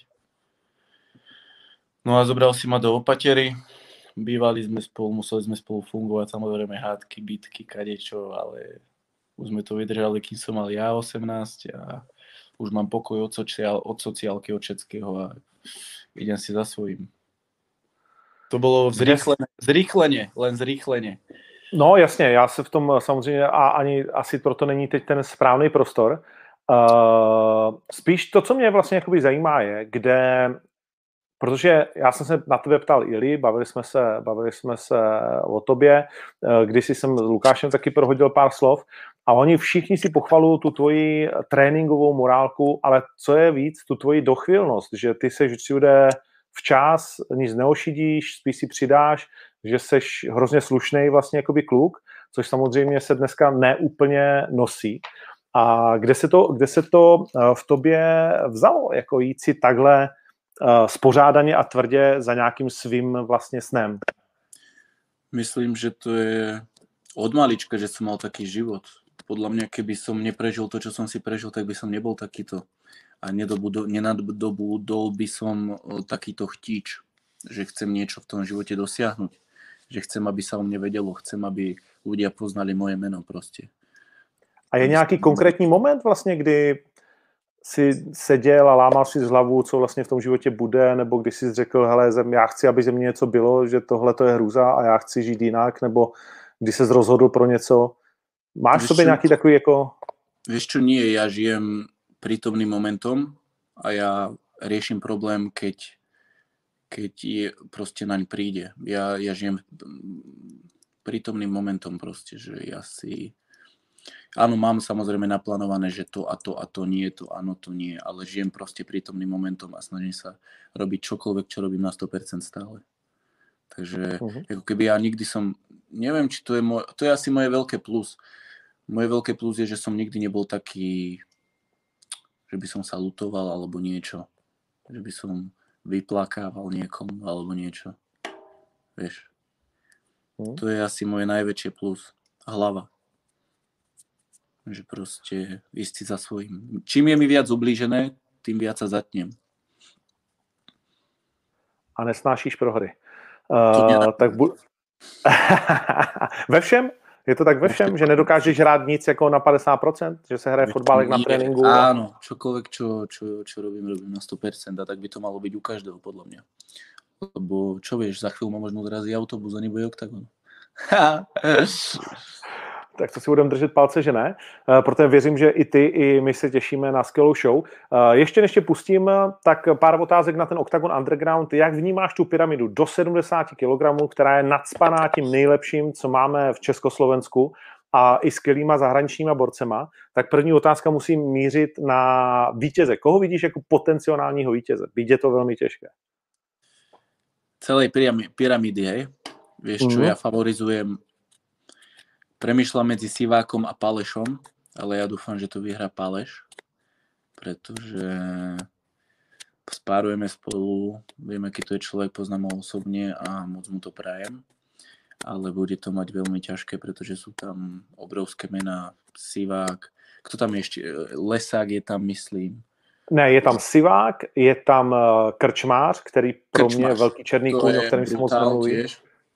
No a zobral si ma do opatery, bývali sme spolu, museli sme spolu fungovať, samozrejme hádky, bitky, kadečo, ale už sme to vydržali, kým som mal ja osemnásť a už mám pokoj od, sociál, od sociálky, od všetkého a idem si za svojím. To bolo zrýchlené, zrýchlenie, len zrýchlenie. No jasně, já se v tom samozřejmě, a ani asi proto není teď ten správný prostor. Uh, spíš to, co mě vlastně jakoby zajímá je, kde, protože já jsem se na tebe ptal Ili, bavili jsme se, bavili jsme se o tobě, když jsem s Lukášem taky prohodil pár slov a oni všichni si pochvalují tu tvoji tréninkovou morálku, ale co je víc, tu tvoji dochvilnost, že ty seš všude včas, nic neošidíš, spíš si přidáš, že seš hrozně slušnej vlastně jakoby kluk, což samozřejmě se dneska neúplně nosí. A kde se to, kde se to v tobě vzalo, jako jít si takhle uh, spořádaně a tvrdě za nějakým svým vlastně snem? Myslím, že to je Od malička, že som mal taký život. Podľa mňa, keby som neprežil to, čo som si prežil, tak by som nebol takýto. A nenadobudol by som takýto chtíč, že chcem niečo v tom živote dosiahnuť. Že chcem, aby sa o mne vedelo. Chcem, aby ľudia poznali moje meno proste. A je nějaký konkrétní moment vlastně, kdy si seděl a lámal si z hlavu, co vlastně v tom životě bude, nebo když jsi řekl, hele, zem, já chci, aby ze mě něco bylo, že tohle to je hrůza a já chci žít jinak, nebo když ses rozhodl pro něco. Máš v sobě nějaký takový jako... Vieš čo, nie, ja žijem prítomným momentom a ja riešim problém, keď, keď je, proste naň príde. Ja, ja žijem prítomným momentom proste, že ja si... Áno, mám samozrejme naplánované, že to a to a to nie, to áno, to nie, ale žijem proste prítomným momentom a snažím sa robiť čokoľvek, čo robím na sto percent stále. Takže uh-huh. ako keby ja nikdy som... Neviem, či to je môj... To je asi moje veľké plus. Moje veľké plus je, že som nikdy nebol taký, že by som sa lutoval alebo niečo. Že by som vyplakával niekomu alebo niečo. Vieš. Hmm. To je asi moje najväčšie plus. Hlava. Že proste ísť si za svojím. Čím je mi viac ublížené, tým viac sa zatnem. A nesnášíš prohry. Uh, tak bu... Ve všem? Je to tak ve všem, že nedokážeš hrát nic jako na padesát procent? Že se hraje fotbal na tréninku? A... Áno, čokoľvek, čo, čo, čo robím, robím na sto percent a tak by to malo byť u každého, podľa mňa. Lebo čo vieš, za chvíľu ma možno odrazí autobus a nebude oktagon. Tak to si budeme držet palce, že ne, protože věřím, že i ty, i my se těšíme na skvělou show. Ještě než tě pustím, tak pár otázek na ten Octagon Underground. Jak vnímáš tu pyramidu do sedmdesát kilogramů, která je nacpaná tím nejlepším, co máme v Československu a i skvělýma zahraničníma borcema? Tak první otázka musí mířit na vítěze. Koho vidíš jako potenciálního vítěze? Byť je to velmi těžké. Celej pyramidy, hej? Vieš čo, mm-hmm. ja favorizujem Premýšľam medzi Sivákom a Palešom, ale ja dúfam, že to vyhrá Paleš, pretože spárujeme spolu, viem, aký to je človek, poznám ho osobne a moc mu to prajem, ale bude to mať veľmi ťažké, pretože sú tam obrovské mená, Sivák, kto tam je ešte, Lesák je tam, myslím. Ne, je tam Sivák, je tam Krčmář, který pro mě je velký černý kůň, o kterém si moc nemluví.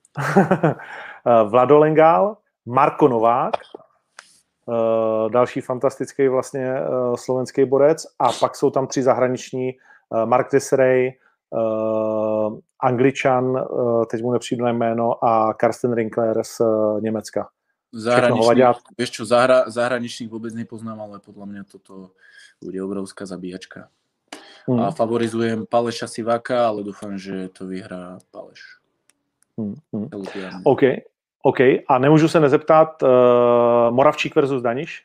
Vlado Lengál, Marko Novák, uh, další fantastický vlastně uh, slovenský borec a pak jsou tam tři zahraniční, uh, Mark Desiree, uh, Angličan, uh, teď mu nepřijdu na jméno, a Karsten Rinkler z uh, Německa. Zahraničných, vieš čo, zahra, zahraničných vôbec nepoznám, ale podľa mňa toto bude obrovská zabíjačka. Hmm. A favorizujem Paleša Siváka, ale dúfam, že to vyhrá Paleš. Hmm. Hmm. OK. OK, a nemůžu se nezeptat, uh, Moravčík versus Daniš?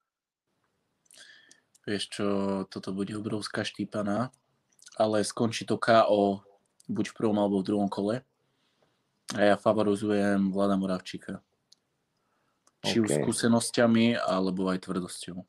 Vieš čo, toto bude obrovská štípaná, ale skončí to ká ó buď v prvom alebo v druhom kole a ja favorizujem Vlada Moravčíka. Či už okay. skúsenosťami, alebo aj tvrdosťou.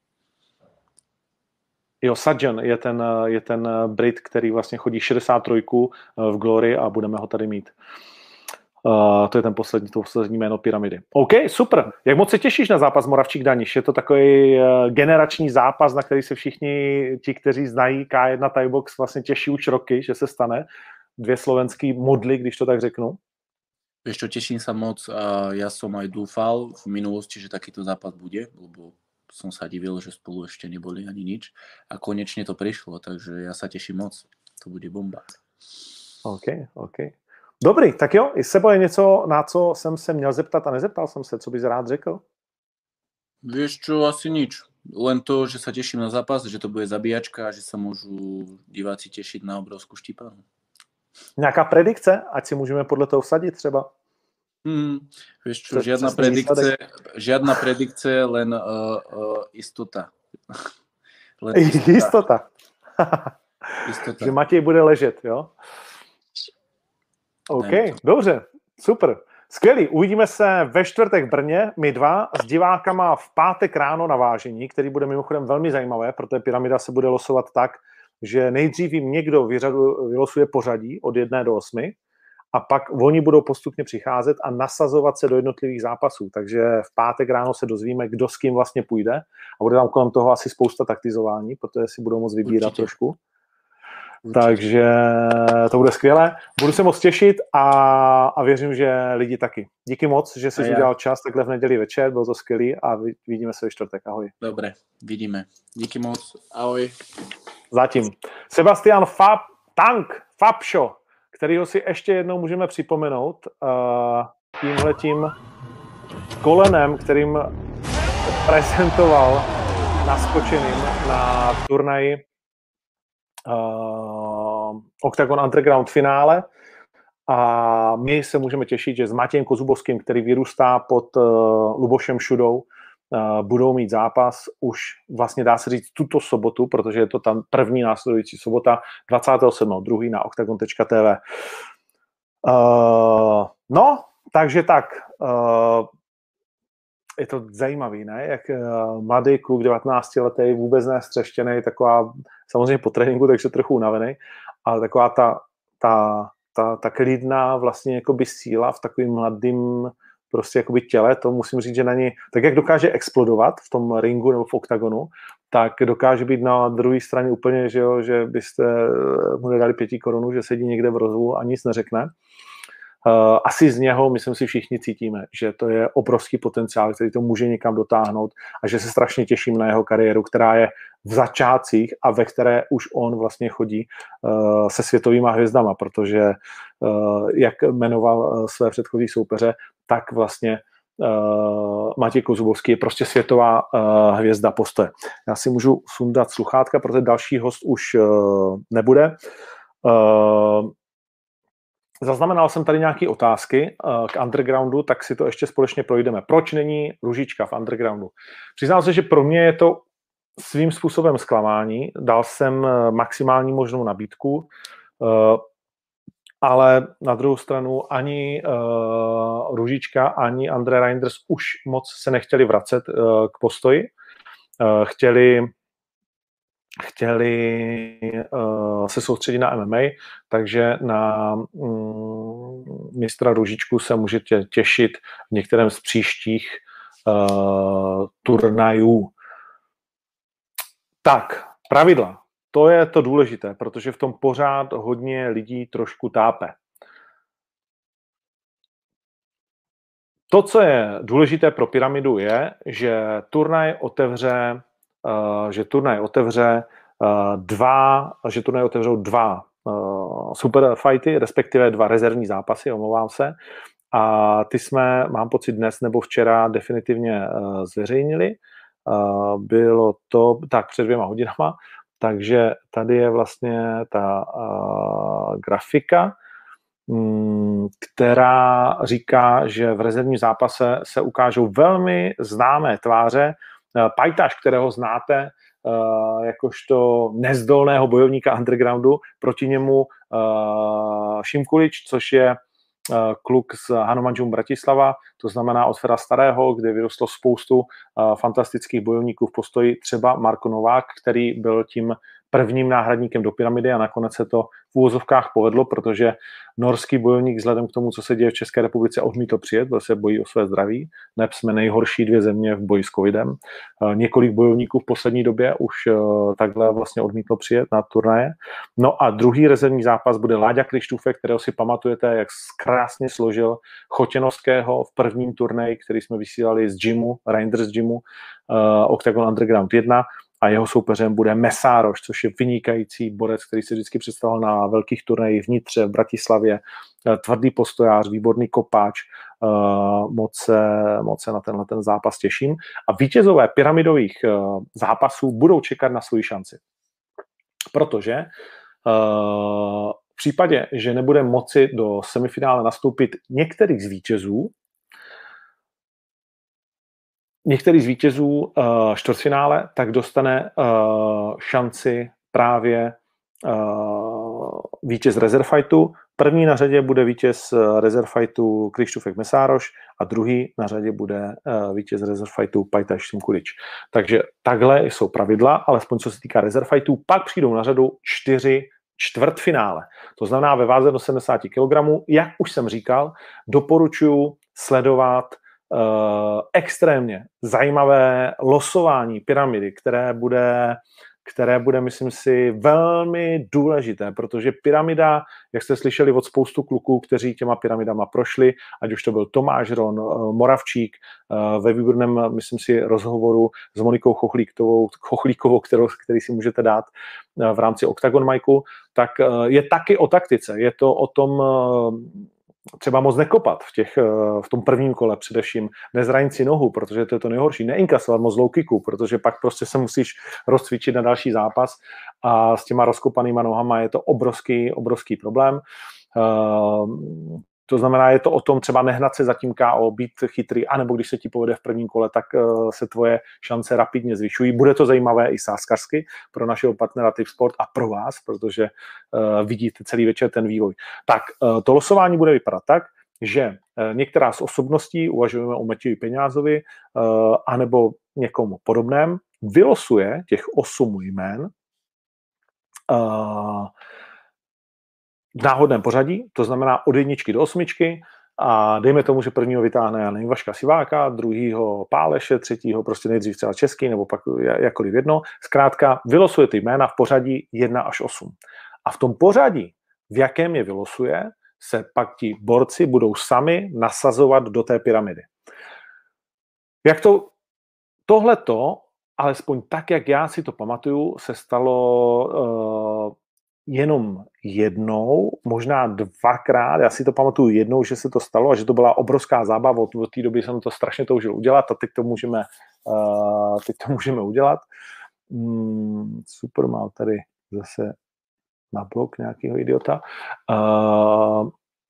Jo, Sadjan je ten, je ten Brit, který vlastně chodí šedesát tři v Glory a budeme ho tady mít. Uh, to je ten poslední, to poslední jméno pyramidy. OK, super. Jak moc se těšíš na zápas Moravčík Daniš? Je to takový uh, generační zápas, na který se všichni ti, kteří znají ká jedna Thai Box, vlastně těší už roky, že se stane. Dvě slovenský modly, když to tak řeknu. Vieš čo, teším sa moc a ja som aj dúfal v minulosti, že takýto zápas bude, lebo som sa divil, že spolu ešte neboli ani nič a konečne to prišlo, takže ja sa teším moc. To bude bomba. OK, OK. Dobrý, tak jo, i Sebo je něco, na co jsem se měl zeptat a nezeptal jsem se, co bys rád řekl? Vieš čo, asi nič. Len to, že sa teším na zápas, že to bude zabíjačka a že sa môžu diváci tešiť na obrovskú štípanu. Nějaká predikce, ať si můžeme podle toho vsadit třeba? Hmm, vieš čo, žiadna predikce, žiadna predikce, len uh, uh, istota. len istota. Istota. Istota. Že Matěj bude ležet, jo? OK, ne, dobře, super. Skvělý, uvidíme se ve čtvrtek v Brně, my dva, s divákama v pátek ráno na vážení, který bude mimochodem velmi zajímavé, protože pyramida se bude losovat tak, že nejdřív jim někdo vyřadu, vylosuje pořadí od jedné do osmi a pak oni budou postupně přicházet a nasazovat se do jednotlivých zápasů. Takže v pátek ráno se dozvíme, kdo s kým vlastně půjde a bude tam kolem toho asi spousta taktizování, protože si budou moct vybírat Určitě. trošku. Určitě. Takže to bude skvělé. Budu se moc těšit a, a věřím, že lidi taky. Díky moc, že jsi udělal čas takhle v neděli večer, bylo to skvělý a vidíme se ve čtvrtek. Ahoj. Dobre, vidíme. Díky moc. Ahoj. Zatím. Sebastian Fab, Tank, Fabšo, kterýho si ještě jednou můžeme připomenout uh, tímhletím kolenem, kterým prezentoval naskočeným na turnaji uh, Octagon Underground finále a my se můžeme těšit, že s Matějem Kozubovským, který vyrůstá pod uh, Lubošem Šudou, uh, budou mít zápas už vlastně dá se říct tuto sobotu, protože je to tam první následující sobota dvacátého sedmého druhého na octagon tečka té vé. Uh, no, takže tak, uh, je to zajímavý, ne? Jak uh, mladý kluk, devatenáctiletý, vůbec nestřeštěný, taková, samozřejmě po tréninku, takže trochu unavený, ale taková ta, ta, ta, ta klidná vlastně jakoby síla v takovým mladým prostě jakoby těle, to musím říct, že na ní, tak jak dokáže explodovat v tom ringu nebo v oktagonu, tak dokáže být na druhé straně úplně, že, jo, že byste mu nedali pěti korunu, že sedí někde v rozhu a nic neřekne. Uh, asi z něho, myslím si, všichni cítíme, že to je obrovský potenciál, který to může někam dotáhnout a že se strašně těším na jeho kariéru, která je v začátcích a ve které už on vlastně chodí uh, se světovýma hvězdama, protože uh, jak jmenoval uh, své předchozí soupeře, tak vlastně uh, Matěj Kozubovský je prostě světová uh, hvězda postoje. Já si můžu sundat sluchátka, protože další host už uh, nebude. Uh, Zaznamenal jsem tady nějaké otázky uh, k undergroundu, tak si to ještě společně projdeme. Proč není Růžička v undergroundu? Přiznám se, že pro mě je to svým způsobem zklamání. Dal jsem maximální možnou nabídku, uh, ale na druhou stranu ani uh, Růžička, ani Andre Reinders už moc se nechtěli vracet uh, k postoji. Uh, chtěli chtěli uh, se soustředit na M M A, takže na um, mistra Růžičku se můžete těšit v některém z příštích uh, turnajů. Tak, pravidla. To je to důležité, protože v tom pořád hodně lidí trošku tápe. To, co je důležité pro pyramidu, je, že turnaj otevře Uh, že turnaj otevře uh, dva, že turnaj otevřou dva uh, super fighty, respektive dva rezervní zápasy, omlouvám se. A ty jsme, mám pocit, dnes nebo včera definitivně uh, zveřejnili. Uh, bylo to tak před dvěma hodinama, takže tady je vlastně ta uh, grafika, um, která říká, že v rezervním zápase se ukážou velmi známé tváře. Pajtaš, kterého znáte uh, jakožto nezdolného bojovníka undergroundu, proti němu uh, Šimkulič, což je uh, kluk z Hanomanžum Bratislava, to znamená od Fera Starého, kde vyrostlo spoustu uh, fantastických bojovníků v postoji, třeba Marko Novák, který byl tím prvním náhradníkem do pyramidy a nakonec se to v úvozovkách povedlo, protože norský bojovník vzhledem k tomu, co se děje v České republice, odmítl přijet, protože se bojí o své zdraví. Neb jsme nejhorší dvě země v boji s covidem. Několik bojovníků v poslední době už takhle vlastně odmítlo přijet na turnaje. No a druhý rezervní zápas bude Láďa Krištůfek, kterého si pamatujete, jak krásně složil Chotěnovského v prvním turnaji, který jsme vysílali z gymu, Reinders gymu, uh, Octagon Underground jedna. A jeho soupeřem bude Mesároš, což je vynikající borec, který se vždycky představil na velkých turnajích v Nitře, v Bratislavě, tvrdý postojář, výborný kopáč, moc se, moc se na tenhle ten zápas těším. A vítězové pyramidových zápasů budou čekat na svou šanci. Protože v případě, že nebude moci do semifinále nastoupit některý z vítězů, Některý z vítězů uh, čtvrtfinále tak dostane uh, šanci právě uh, vítěz Reserve Fightu. První na řadě bude vítěz Reserve Fightu Krištůfek Mesároš a druhý na řadě bude uh, vítěz Reserve Fightu Pajtaš Šimkulič. Takže takhle jsou pravidla, alespoň co se týká Reserve Fightů. Pak přijdou na řadu čtyři čtvrtfinále. To znamená ve váze do sedmdesát kilogramů. Jak už jsem říkal, doporučuji sledovat uh, extrémně zajímavé losování pyramidy, které bude, které bude, myslím si, velmi důležité, protože pyramida, jak jste slyšeli od spoustu kluků, kteří těma pyramidama prošli, ať už to byl Tomáš Ron, Moravčík, ve výborném, myslím si, rozhovoru s Monikou Chochlíkovou, Chochlíkovou kterou, který si můžete dát v rámci Octagon Majku, tak je taky o taktice. Je to o tom třeba moc nekopat v, těch, v tom prvním kole především, nezranit si nohu, protože to je to nejhorší, neinkasovat moc low kicku, protože pak prostě se musíš rozcvičit na další zápas a s těma rozkopanýma nohama je to obrovský, obrovský problém. Uh, to znamená, je to o tom třeba nehnat se za tím K O, být chytrý, anebo když se ti povede v prvním kole, tak uh, se tvoje šance rapidně zvyšují. Bude to zajímavé i sázkařsky pro našeho partnera Tipsport a pro vás, protože uh, vidíte celý večer ten vývoj. Tak, uh, to losování bude vypadat tak, že uh, některá z osobností, uvažujeme o Matěji Peňázovi, uh, anebo někomu podobném, vylosuje těch osm jmén uh, v náhodném pořadí, to znamená od jedničky do osmičky a dejme tomu, že prvního vytáhne, já nevím, Vaška Siváka, druhýho Páleše, třetího prostě nejdřív třeba český, nebo pak jakkoliv jedno. Zkrátka vylosuje ty jména v pořadí jedna až osm. A v tom pořadí, v jakém je vylosuje, se pak ti borci budou sami nasazovat do té pyramidy. Jak to, tohleto, alespoň tak, jak já si to pamatuju, se stalo uh, jenom jednou, možná dvakrát, já si to pamatuju jednou, že se to stalo a že to byla obrovská zábava, od, od té doby jsem to strašně toužil udělat a teď to můžeme, uh, teď to můžeme udělat. Mm, super, mám tady zase na blok nějakého idiota. Uh,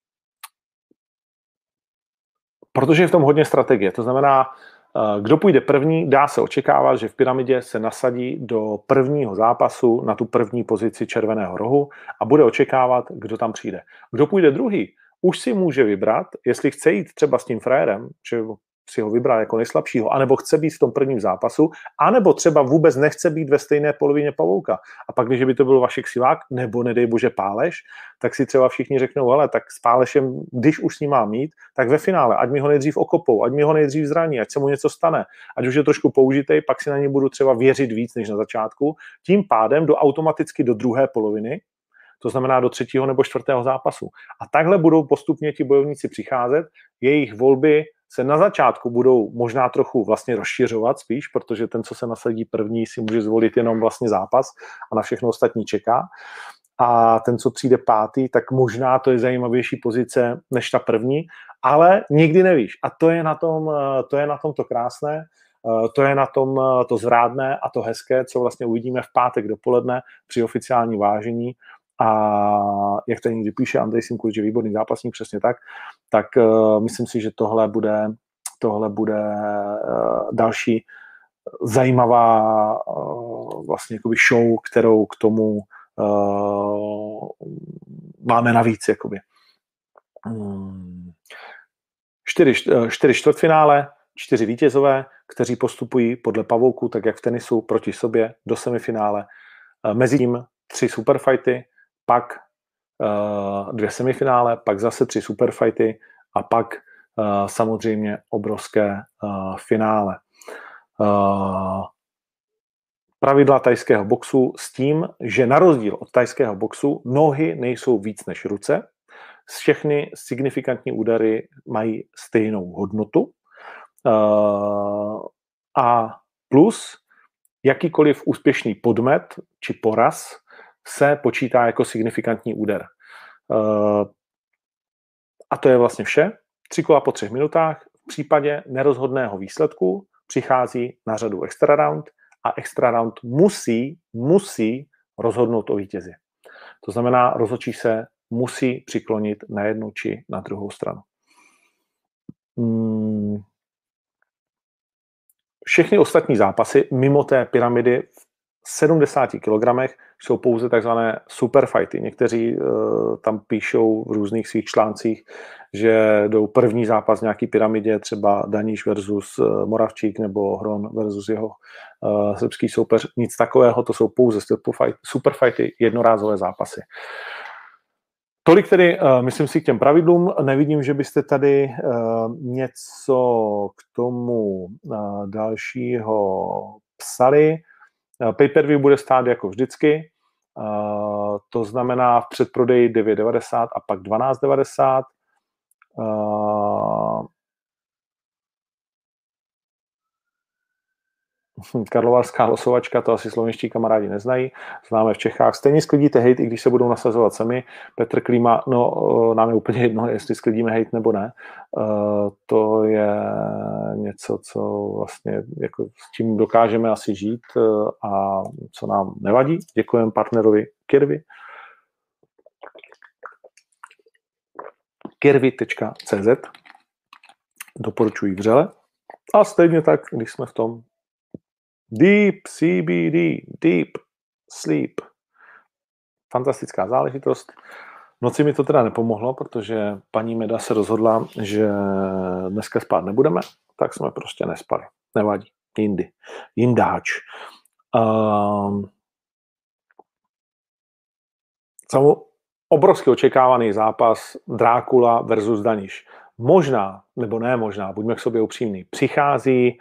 protože je v tom hodně strategie, to znamená, kdo půjde první, dá se očekávat, že v pyramidě se nasadí do prvního zápasu na tu první pozici červeného rohu a bude očekávat, kdo tam přijde. Kdo půjde druhý, už si může vybrat, jestli chce jít třeba s tím frérem, že si ho vybral jako nejslabšího, anebo chce být v tom prvním zápasu, anebo třeba vůbec nechce být ve stejné polovině pavouka. A pak, když by to byl Vašek Sivák, nebo nedej bože Páleš, tak si třeba všichni řeknou, hele, tak s Pálešem, když už s ním mám mít, tak ve finále, ať mi ho nejdřív okopou, ať mi ho nejdřív zraní, ať se mu něco stane, ať už je trošku použitej, pak si na ně budu třeba věřit víc než na začátku. Tím pádem jdu automaticky do druhé poloviny, to znamená do třetího nebo čtvrtého zápasu. A takhle budou postupně ti bojovníci přicházet, jejich volby se na začátku budou možná trochu vlastně rozšiřovat spíš, protože ten, co se nasadí první, si může zvolit jenom vlastně zápas a na všechno ostatní čeká. A ten, co přijde pátý, tak možná to je zajímavější pozice než ta první, ale nikdy nevíš. A to je na tom to, je na tom to krásné, to je na tom to zvrádné a to hezké, co vlastně uvidíme v pátek dopoledne při oficiální vážení. A jak tady někdy píše Andrej Simkovič, že výborný zápasník, přesně tak, tak uh, myslím si, že tohle bude, tohle bude uh, další zajímavá uh, vlastně jakoby show, kterou k tomu uh, máme navíc. Jakoby. Hmm. Čtyři, čtyři čtvrtfinále, čtyři vítězové, kteří postupují podle pavouku, tak jak v tenisu, proti sobě do semifinále. Uh, mezi tím tři superfighty, pak uh, dvě semifinále, pak zase tři superfighty a pak uh, samozřejmě obrovské uh, finále. Uh, pravidla tajského boxu s tím, že na rozdíl od tajského boxu nohy nejsou víc než ruce. Všechny signifikantní údery mají stejnou hodnotu. Uh, a plus jakýkoliv úspěšný podmet či poraz se počítá jako signifikantní úder. Uh, a to je vlastně vše. Tři kola po třech minutách. V případě nerozhodného výsledku přichází na řadu extra round a extra round musí, musí rozhodnout o vítězi. To znamená, rozhodčí se musí přiklonit na jednu či na druhou stranu. Hmm. Všechny ostatní zápasy mimo té pyramidy v sedmdesáti kilogramech jsou pouze takzvané superfighty. Někteří uh, tam píšou v různých svých článcích, že jdou první zápas v nějaký pyramidě, třeba Daniš versus uh, Moravčík nebo Hron versus jeho uh, srbský soupeř. Nic takového, to jsou pouze superfighty, jednorázové zápasy. Tolik tedy, uh, myslím si, k těm pravidlům. Nevidím, že byste tady uh, něco k tomu uh, dalšího psali. Uh, Pay-per-view bude stát jako vždycky. Uh, to znamená v předprodeji devět devadesát a pak dvanáct devadesát. Uh, Karlovarská losovačka, to asi slovenští kamarádi neznají, známe v Čechách. Stejně sklidíte hejt, i když se budou nasazovat sami. Petr Klíma, no nám je úplně jedno, jestli sklidíme hejt nebo ne. Uh, to je něco, co vlastně jako s tím dokážeme asi žít uh, a co nám nevadí. Děkujeme partnerovi Kirvi. kirvi tečka cé zet. Doporučuji vřele. A stejně tak, když jsme v tom Deep C B D, Deep Sleep. Fantastická záležitost. Noci mi to teda nepomohlo, protože paní Meda se rozhodla, že dneska spát nebudeme, tak jsme prostě nespali. Nevadí. Jindy. Jindáč. Um, Samo obrovský očekávaný zápas Drákula versus Daniš. Možná, nebo ne možná, buďme k sobě upřímní, přichází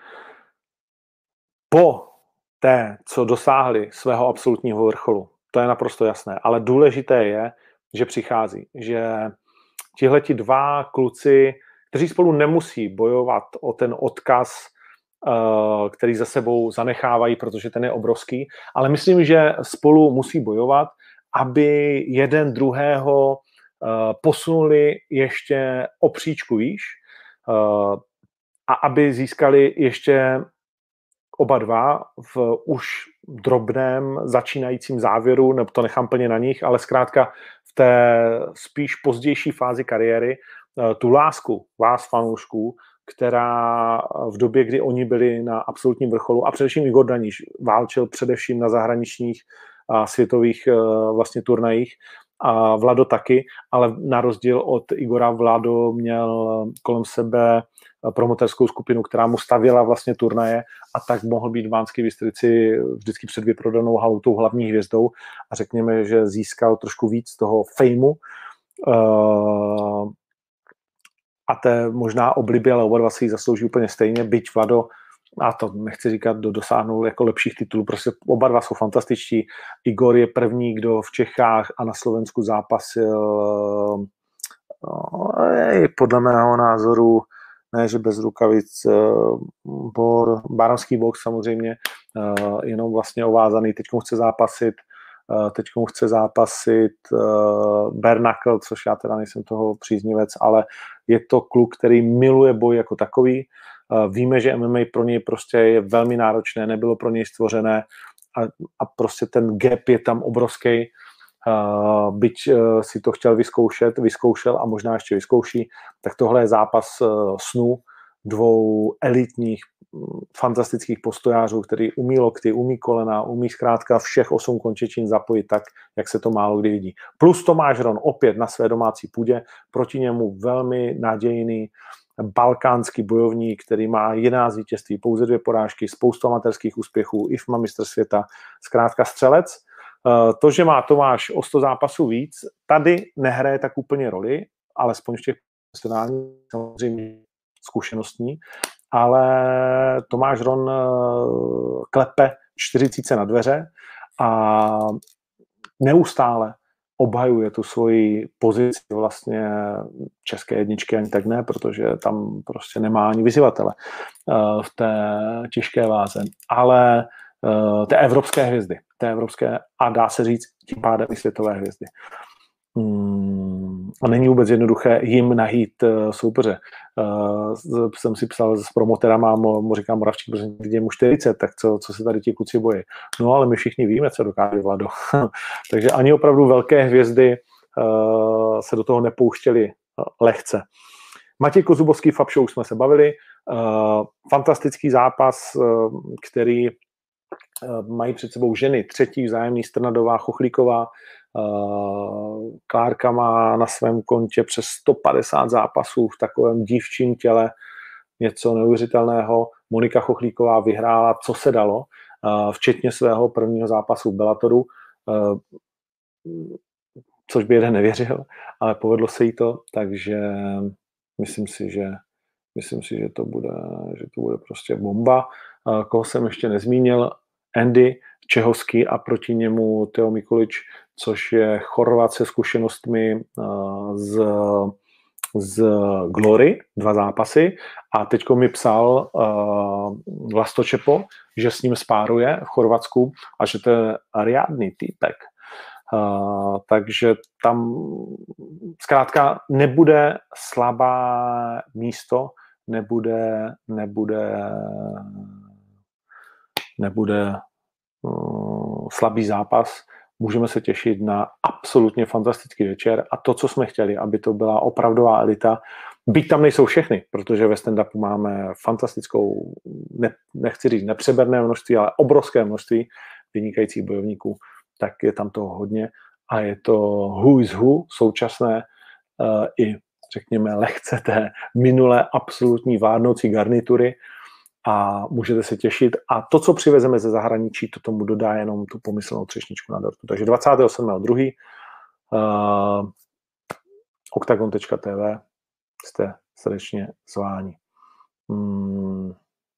po té, co dosáhli svého absolutního vrcholu. To je naprosto jasné. Ale důležité je, že přichází. Že tihleti dva kluci, kteří spolu nemusí bojovat o ten odkaz, který za sebou zanechávají, protože ten je obrovský, ale myslím, že spolu musí bojovat, aby jeden druhého posunuli ještě o příčku výš a aby získali ještě oba dva v už drobném začínajícím závěru, nebo to nechám plně na nich, ale zkrátka v té spíš pozdější fázi kariéry tu lásku vás fanoušků, která v době, kdy oni byli na absolutním vrcholu, a především Igor Daniš válčil především na zahraničních a světových vlastně turnajích, a Vlado taky, ale na rozdíl od Igora Vlado měl kolem sebe promoterskou skupinu, která mu stavěla vlastně turnaje, a tak mohl být v Banské Bystrici vždycky před vyprodanou halou tou hlavní hvězdou a řekněme, že získal trošku víc toho fejmu a té možná obliby, ale oba dva si ji zaslouží úplně stejně, byť Vlado, a to nechci říkat, do dosáhnul jako lepších titulů, prostě oba dva jsou fantastičtí. Igor je první, kdo v Čechách a na Slovensku zápasil, no, podle mého názoru, ne, že bez rukavic, bor, bárovský box samozřejmě, jenom vlastně ovázaný, teď chce zápasit, teď chce zápasit Bernakl, což já teda nejsem toho příznivec, ale je to kluk, který miluje boj jako takový. Víme, že M M A pro něj prostě je velmi náročné, nebylo pro něj stvořené a, a prostě ten gap je tam obrovský. Uh, byť uh, si to chtěl vyzkoušet, vyzkoušel a možná ještě vyzkouší, tak tohle je zápas uh, snů dvou elitních, fantastických postojářů, který umí lokty, umí kolena, umí zkrátka všech osm končetin zapojit tak, jak se to málo kdy vidí. Plus Tomáš Hron opět na své domácí půdě, proti němu velmi nadějný balkánský bojovník, který má jedenáct vítězství, pouze dvě porážky, spoustu amatérských úspěchů, I F M A mistr světa, zkrátka střelec. To, že má Tomáš o sto zápasů víc, tady nehraje tak úplně roli, alespoň v těch profesionálních, samozřejmě zkušenostní, ale Tomáš Hron klepe čtyřicítce na dveře a neustále obhajuje tu svoji pozici vlastně české jedničky, ani tak ne, protože tam prostě nemá ani vyzývatele v té těžké váze, ale té evropské hvězdy, té evropské a dá se říct tím pádem i světové hvězdy. Hmm, a není vůbec jednoduché jim nahít uh, soupeře. Uh, jsem si psal s promoterama, mu říkám Moravčík, protože je mu čtyřicet, tak co, co se tady ti kluci bojí. No ale my všichni víme, co dokáže Vlado. Takže ani opravdu velké hvězdy uh, se do toho nepouštěli uh, lehce. Matěj Kozubovský, Fab Show, jsme se bavili. Uh, fantastický zápas, uh, který mají před sebou ženy, třetí vzájemný Strnadová, Chochlíková. Klárka má na svém kontě přes sto padesát zápasů v takovém dívčím těle, něco neuvěřitelného. Monika Chochlíková vyhrála, co se dalo, včetně svého prvního zápasu v Bellatoru, což by jeden nevěřil, ale povedlo se jí to, takže myslím si, že myslím si, že to bude, že to bude prostě bomba. Koho jsem ještě nezmínil, Andy Čehovský a proti němu Teo Mikulič, což je Chorvat se zkušenostmi z, z Glory, dva zápasy. A teďko mi psal uh, Vlasto Čepo, že s ním spáruje v Chorvatsku a že to je ariádný týpek. Uh, takže tam zkrátka nebude slabá místo, nebude, nebude, nebude uh, slabý zápas. Můžeme se těšit na absolutně fantastický večer a to, co jsme chtěli, aby to byla opravdová elita. Byť tam nejsou všechny, protože ve stand-upu máme fantastickou, ne, nechci říct nepřeberné množství, ale obrovské množství vynikajících bojovníků, tak je tam toho hodně a je to who is who současné uh, i řekněme lehce té minulé absolutní vládnoucí garnitury a můžete se těšit. A to, co přivezeme ze zahraničí, to tomu dodá jenom tu pomyslnou třešničku na dortu. Takže dvacátého sedmého druhého Uh, oktagon tečka té vé jste srdečně zváni. Hmm.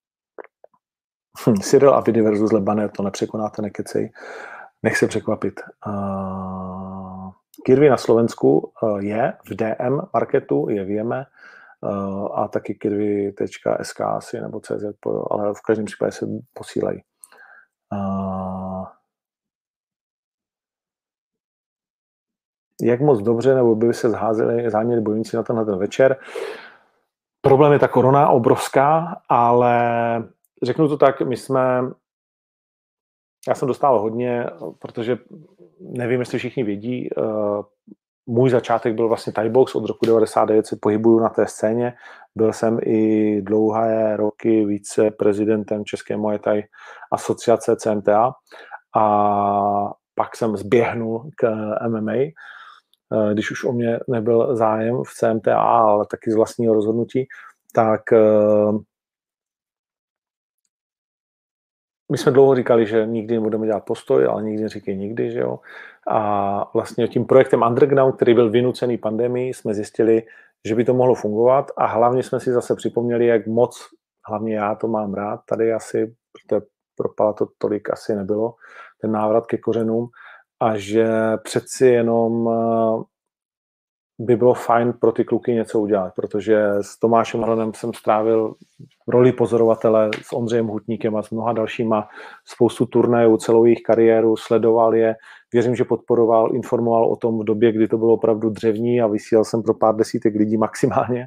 Cyril Abidi versus Lebaner, to nepřekonáte, nekecej. Nech se překvapit. Uh, Kirvi na Slovensku uh, je v D M marketu, je víme, uh, a taky kirvi tečka es ká asi nebo cé zet, ale v každém případě se posílají. Uh, jak moc dobře nebo by se zházeli, zháněli bojovníci na tenhle ten večer? Problém je ta korona obrovská, ale řeknu to tak, my jsme já jsem dostal hodně, protože nevím, jestli všichni vědí, můj začátek byl vlastně Thai box, od roku devadesát devět se pohybuju na té scéně, byl jsem i dlouhé roky viceprezidentem České Muay Thai asociace C M T A a pak jsem zběhnul k M M A, když už o mě nebyl zájem v C M T A, ale taky z vlastního rozhodnutí, tak my jsme dlouho říkali, že nikdy nebudeme dělat postoj, ale nikdy neříkej nikdy, že jo. A vlastně tím projektem Underground, který byl vynucený pandemii, jsme zjistili, že by to mohlo fungovat a hlavně jsme si zase připomněli, jak moc, hlavně já to mám rád, tady asi, protože propala to tolik asi nebylo, ten návrat ke kořenům a že přeci jenom by bylo fajn pro ty kluky něco udělat, protože s Tomášem Hronem jsem strávil roli pozorovatele, s Ondřejem Hutníkem a s mnoha dalšíma spoustu turnajů, celou jejich kariéru, sledoval je, věřím, že podporoval, informoval o tom v době, kdy to bylo opravdu dřevní a vysílal jsem pro pár desítek lidí maximálně.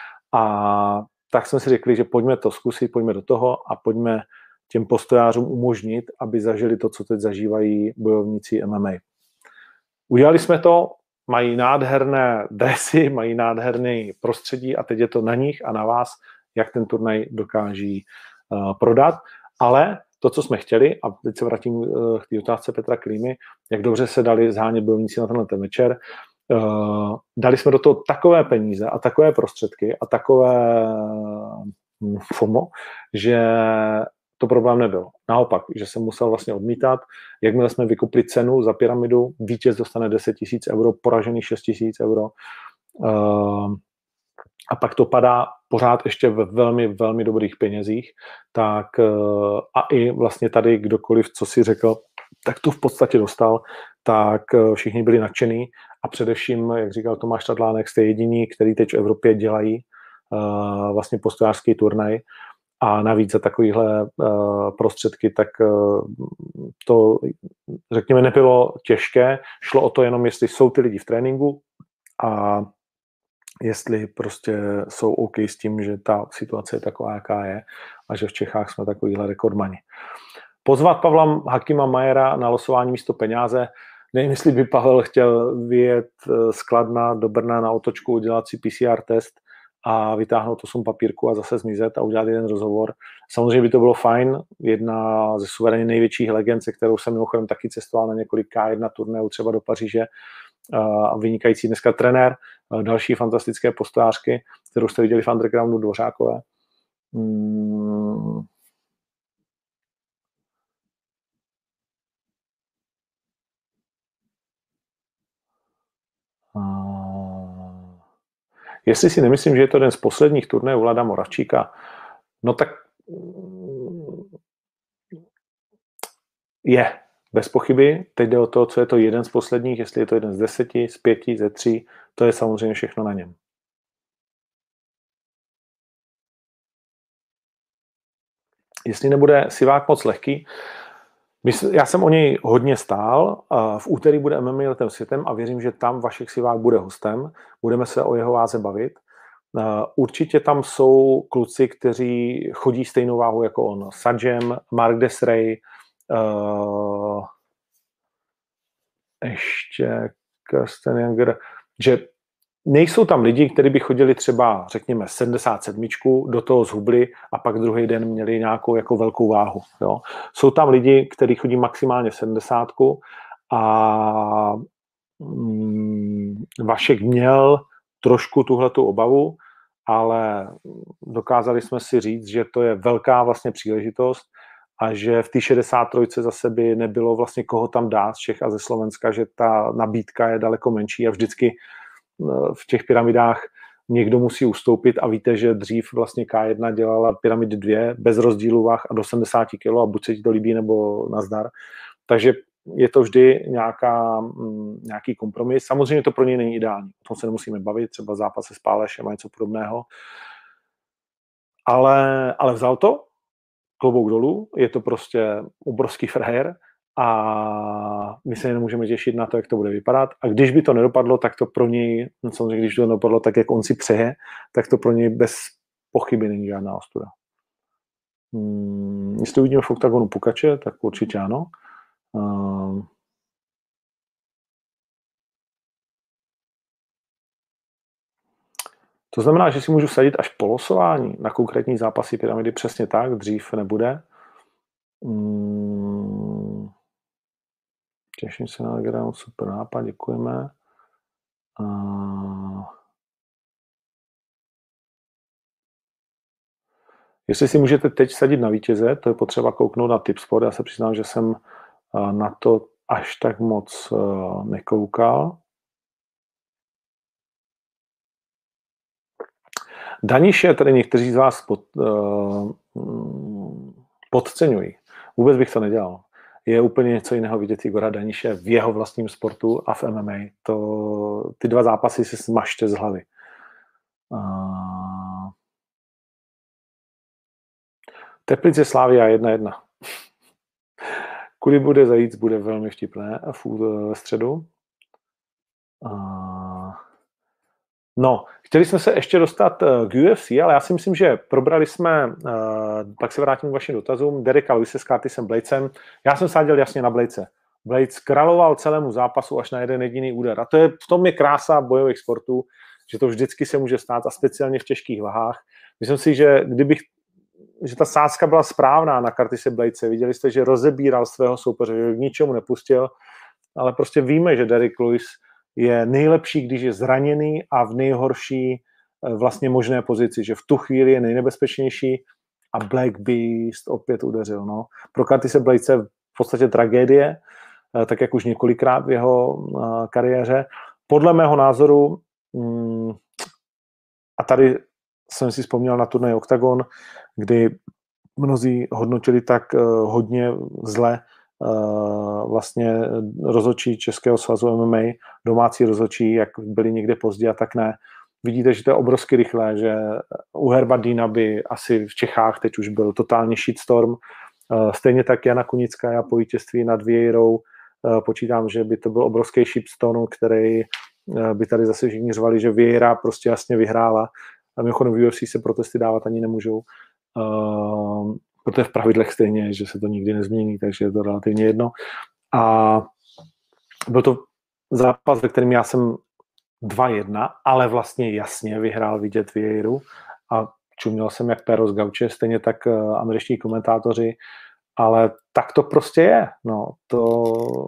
A tak jsme si řekli, že pojďme to zkusit, pojďme do toho a pojďme těm postojářům umožnit, aby zažili to, co teď zažívají bojovníci M M A. Udělali jsme to, mají nádherné dresy, mají nádherné prostředí a teď je to na nich a na vás, jak ten turnaj dokáží uh, prodat. Ale to, co jsme chtěli, a teď se vrátím uh, k té otázce Petra Klímy, jak dobře se dali zhánět bojovníci na tenhle ten večer, uh, dali jsme do toho takové peníze a takové prostředky a takové uh, FOMO, že to problém nebyl. Naopak, že jsem musel vlastně odmítat. Jakmile jsme vykupli cenu za pyramidu, vítěz dostane deset tisíc euro, poražený šest tisíc euro. Uh, a pak to padá pořád ještě ve velmi, velmi dobrých penězích. Tak uh, a i vlastně tady kdokoliv, co si řekl, tak to v podstatě dostal, tak uh, všichni byli nadšení a především, jak říkal Tomáš Tadlánek, jste jediní, který teď v Evropě dělají uh, vlastně postojářský turnaj. A navíc za takovýhle uh, prostředky, tak uh, to, řekněme, nebylo těžké. Šlo o to jenom, jestli jsou ty lidi v tréninku a jestli prostě jsou OK s tím, že ta situace je taková, jaká je a že v Čechách jsme takovýhle rekordmani. Pozvat Pavla Hakima Majera na losování místo peníze. Nevím, jestli by Pavel chtěl vyjet z Kladna do Brna na otočku, udělat si P C R test a vytáhnout osm papírku a zase zmizet a udělat jeden rozhovor. Samozřejmě by to bylo fajn, jedna ze suverénně největších legend, se kterou jsem mimochodem taky cestoval na několik ká jedna turnéů, třeba do Paříže, a vynikající dneska trenér, další fantastické postojářky, kterou jste viděli v undergroundu, Dvořákové. Hmm. Jestli si nemyslím, že je to jeden z posledních turnajů Vlada Moravčíka, no tak je, bez pochyby. Teď jde o to, co je to jeden z posledních, jestli je to jeden z deseti, z pěti, ze tří, to je samozřejmě všechno na něm. Jestli nebude Sivák moc lehký, já jsem o něj hodně stál, v úterý bude M M A letem světem a věřím, že tam Vašek Sivák bude hostem, budeme se o jeho váze bavit. Určitě tam jsou kluci, kteří chodí stejnou váhu jako on. Sajem, Mark Desray, uh, ještě Kirsten Younger, že nejsou tam lidi, kteří by chodili třeba, řekněme, sedmdesát sedm, do toho zhubli a pak druhý den měli nějakou jako velkou váhu. Jo. Jsou tam lidi, kteří chodí maximálně sedmdesát a mm, Vašek měl trošku tuhletu obavu, ale dokázali jsme si říct, že to je velká vlastně příležitost a že v té šedesát tři zase by nebylo vlastně koho tam dát z Čech a ze Slovenska, že ta nabídka je daleko menší a vždycky v těch pyramidách někdo musí ustoupit a víte, že dřív vlastně ká jedna dělala pyramidy dvě bez rozdílu váh a do sedmdesát kilo a buď se ti to líbí nebo nazdar. Takže je to vždy nějaká, nějaký kompromis. Samozřejmě to pro něj není ideální. O tom se nemusíme bavit, třeba zápas se Spálešem a něco podobného. Ale, ale vzal to, klobouk dolů, je to prostě obrovský frajer a my se nemůžeme těšit na to, jak to bude vypadat. A když by to nedopadlo, tak to pro něj, no samozřejmě když to nedopadlo tak, jak on si přeje, tak to pro něj bez pochyby není žádná ostuda. Hmm, jestli uvidíme v oktagonu Pukače, tak určitě ano. Um, to znamená, že si můžu vsadit až po losování na konkrétní zápasy pyramidy, přesně tak, dřív nebude. Um, těším se na Granu, super nápad, děkujeme. Uh, jestli si můžete teď vsadit na vítěze, to je potřeba kouknout na Tipsport, já se přiznám, že jsem na to až tak moc nekoukal. Daniše tady někteří z vás pod, uh, podceňují. Vůbec bych to nedělal. Je úplně něco jiného vidět Igora Daniše v jeho vlastním sportu a v M M A. To, ty dva zápasy si smažte z hlavy. Uh, Teplice Slavia jedna jedna. Kudy bude zajíc, bude velmi vtipné ve středu. No, chtěli jsme se ještě dostat k U F C, ale já si myslím, že probrali jsme, pak se vrátím k vašim dotazům, Dereka Luise s Curtisem Bladesem. Já jsem sáděl jasně na Bladese. Blades královal celému zápasu až na jeden jediný úder. A to je, v tom je krása bojových sportů, že to vždycky se může stát a speciálně v těžkých vahách. Myslím si, že kdybych že ta sázka byla správná na Curtise Bladese. Viděli jste, že rozebíral svého soupeře, že k ničemu nepustil, ale prostě víme, že Derek Lewis je nejlepší, když je zraněný a v nejhorší vlastně možné pozici, že v tu chvíli je nejnebezpečnější a Black Beast opět udeřil. No. Pro Curtise Bladese v podstatě tragédie, tak jak už několikrát v jeho kariéře. Podle mého názoru, a tady jsem si vzpomněl na turnaj Octagon, kdy mnozí hodnotili tak uh, hodně zle uh, vlastně rozhodčí Českého svazu M M A, domácí rozhodčí, jak byli někde pozdě a tak ne. Vidíte, že to je obrovsky rychlé, že u Herbadína by asi v Čechách teď už byl totální shitstorm. Uh, stejně tak Jana Kunická a po vítězství nad Vieirou uh, počítám, že by to byl obrovský shitstorm, který uh, by tady zase všichni řvali, že Vieira prostě jasně vyhrála. A mimochodem v U F C se protesty dávat ani nemůžou, uh, protože v pravidlech stejně, že se to nikdy nezmění, takže je to relativně jedno. A byl to zápas, ve kterém já jsem dva jedna, ale vlastně jasně vyhrál vidět Vieiru a čuměl jsem jak péro z gauče, stejně tak američtí komentátoři, ale tak to prostě je. No, to,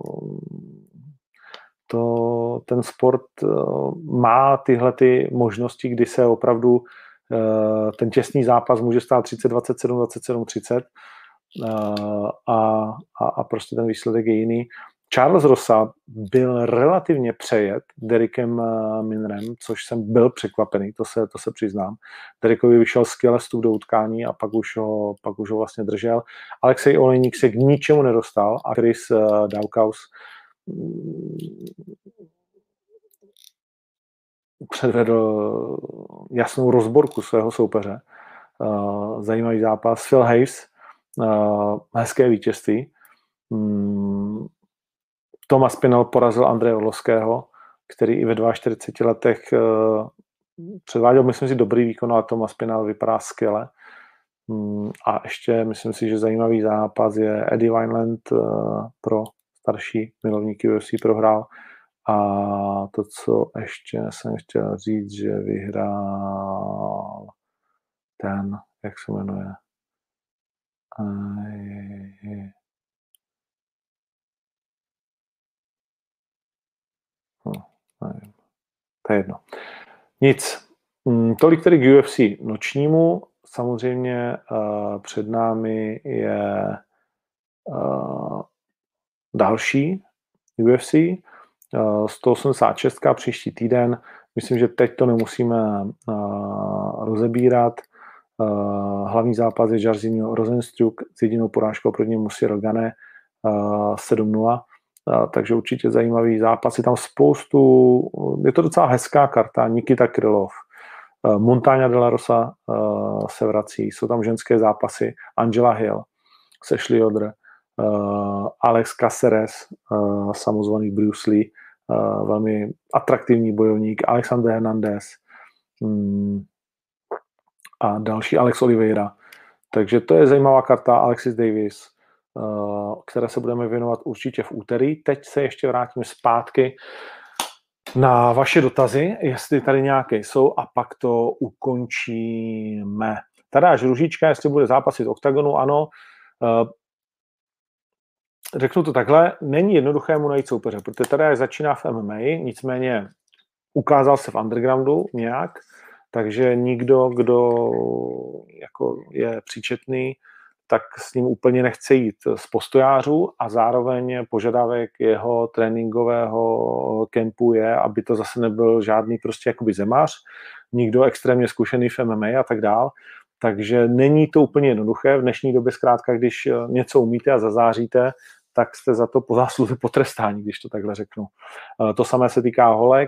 to, ten sport má tyhle ty možnosti, kdy se opravdu ten těsný zápas může stát třicet dvacet sedm, dvacet sedm třicet a, a, a prostě ten výsledek je jiný. Charles Rosa byl relativně přejet Derekem Minrem, což jsem byl překvapený, to se, to se přiznám. Derekovi vyšel skvěle vstup do utkání a pak už ho, pak už ho vlastně držel. Alexej Olejník se k ničemu nedostal a Chris uh, Daukaus předvedl jasnou rozborku svého soupeře. Uh, zajímavý zápas. Phil Hayes, uh, hezké vítězství. Um, Tomas Pinel porazil Andreje Orlovského, který i ve čtyřiceti dvou letech uh, předváděl, myslím si, dobrý výkon, ale Tomas Pinel vypadá skvěle. Um, a ještě, myslím si, že zajímavý zápas je Eddie Wineland uh, pro starší milovníky U F C prohrál. A to, co ještě jsem chtěl říct, že vyhrál ten, jak se jmenuje, Aj... Hm, nevím. To je jedno. Nic. Tolik tedy k U F C nočnímu. Samozřejmě uh, před námi je uh, další U F C. Uh, sto osmdesát šest příští týden. Myslím, že teď to nemusíme uh, rozebírat. Uh, hlavní zápas je Jairzinho Rozenstruik s jedinou porážkou proti němu Sirogane uh, sedm nula. Uh, takže určitě zajímavý zápas. Je tam spoustu, je to docela hezká karta. Nikita Krylov, uh, Montaña de la Rosa uh, se vrací, jsou tam ženské zápasy, Angela Hill, Ashley Yoder, uh, Alex Caceres, uh, samozvaný Bruce Lee, uh, velmi atraktivní bojovník, Alexander Hernandez um, a další Alex Oliveira. Takže to je zajímavá karta. Alexis Davis, které se budeme věnovat určitě v úterý. Teď se ještě vrátíme zpátky na vaše dotazy, jestli tady nějaké jsou, a pak to ukončíme. Tadáš Růžička, jestli bude zápasit Oktagonu, ano. Řeknu to takhle, není jednoduché mu najít soupeře, protože Tadáš začíná v M M A, nicméně ukázal se v undergroundu nějak, takže nikdo, kdo jako je příčetný, tak s ním úplně nechce jít z postojářů a zároveň požadavek jeho tréninkového kempu je, aby to zase nebyl žádný prostě jakoby zemář, nikdo extrémně zkušený v M M A a tak dál. Takže není to úplně jednoduché. V dnešní době zkrátka, když něco umíte a zazáříte, tak jste za to po zásluze potrestání, když to takhle řeknu. To samé se týká holek,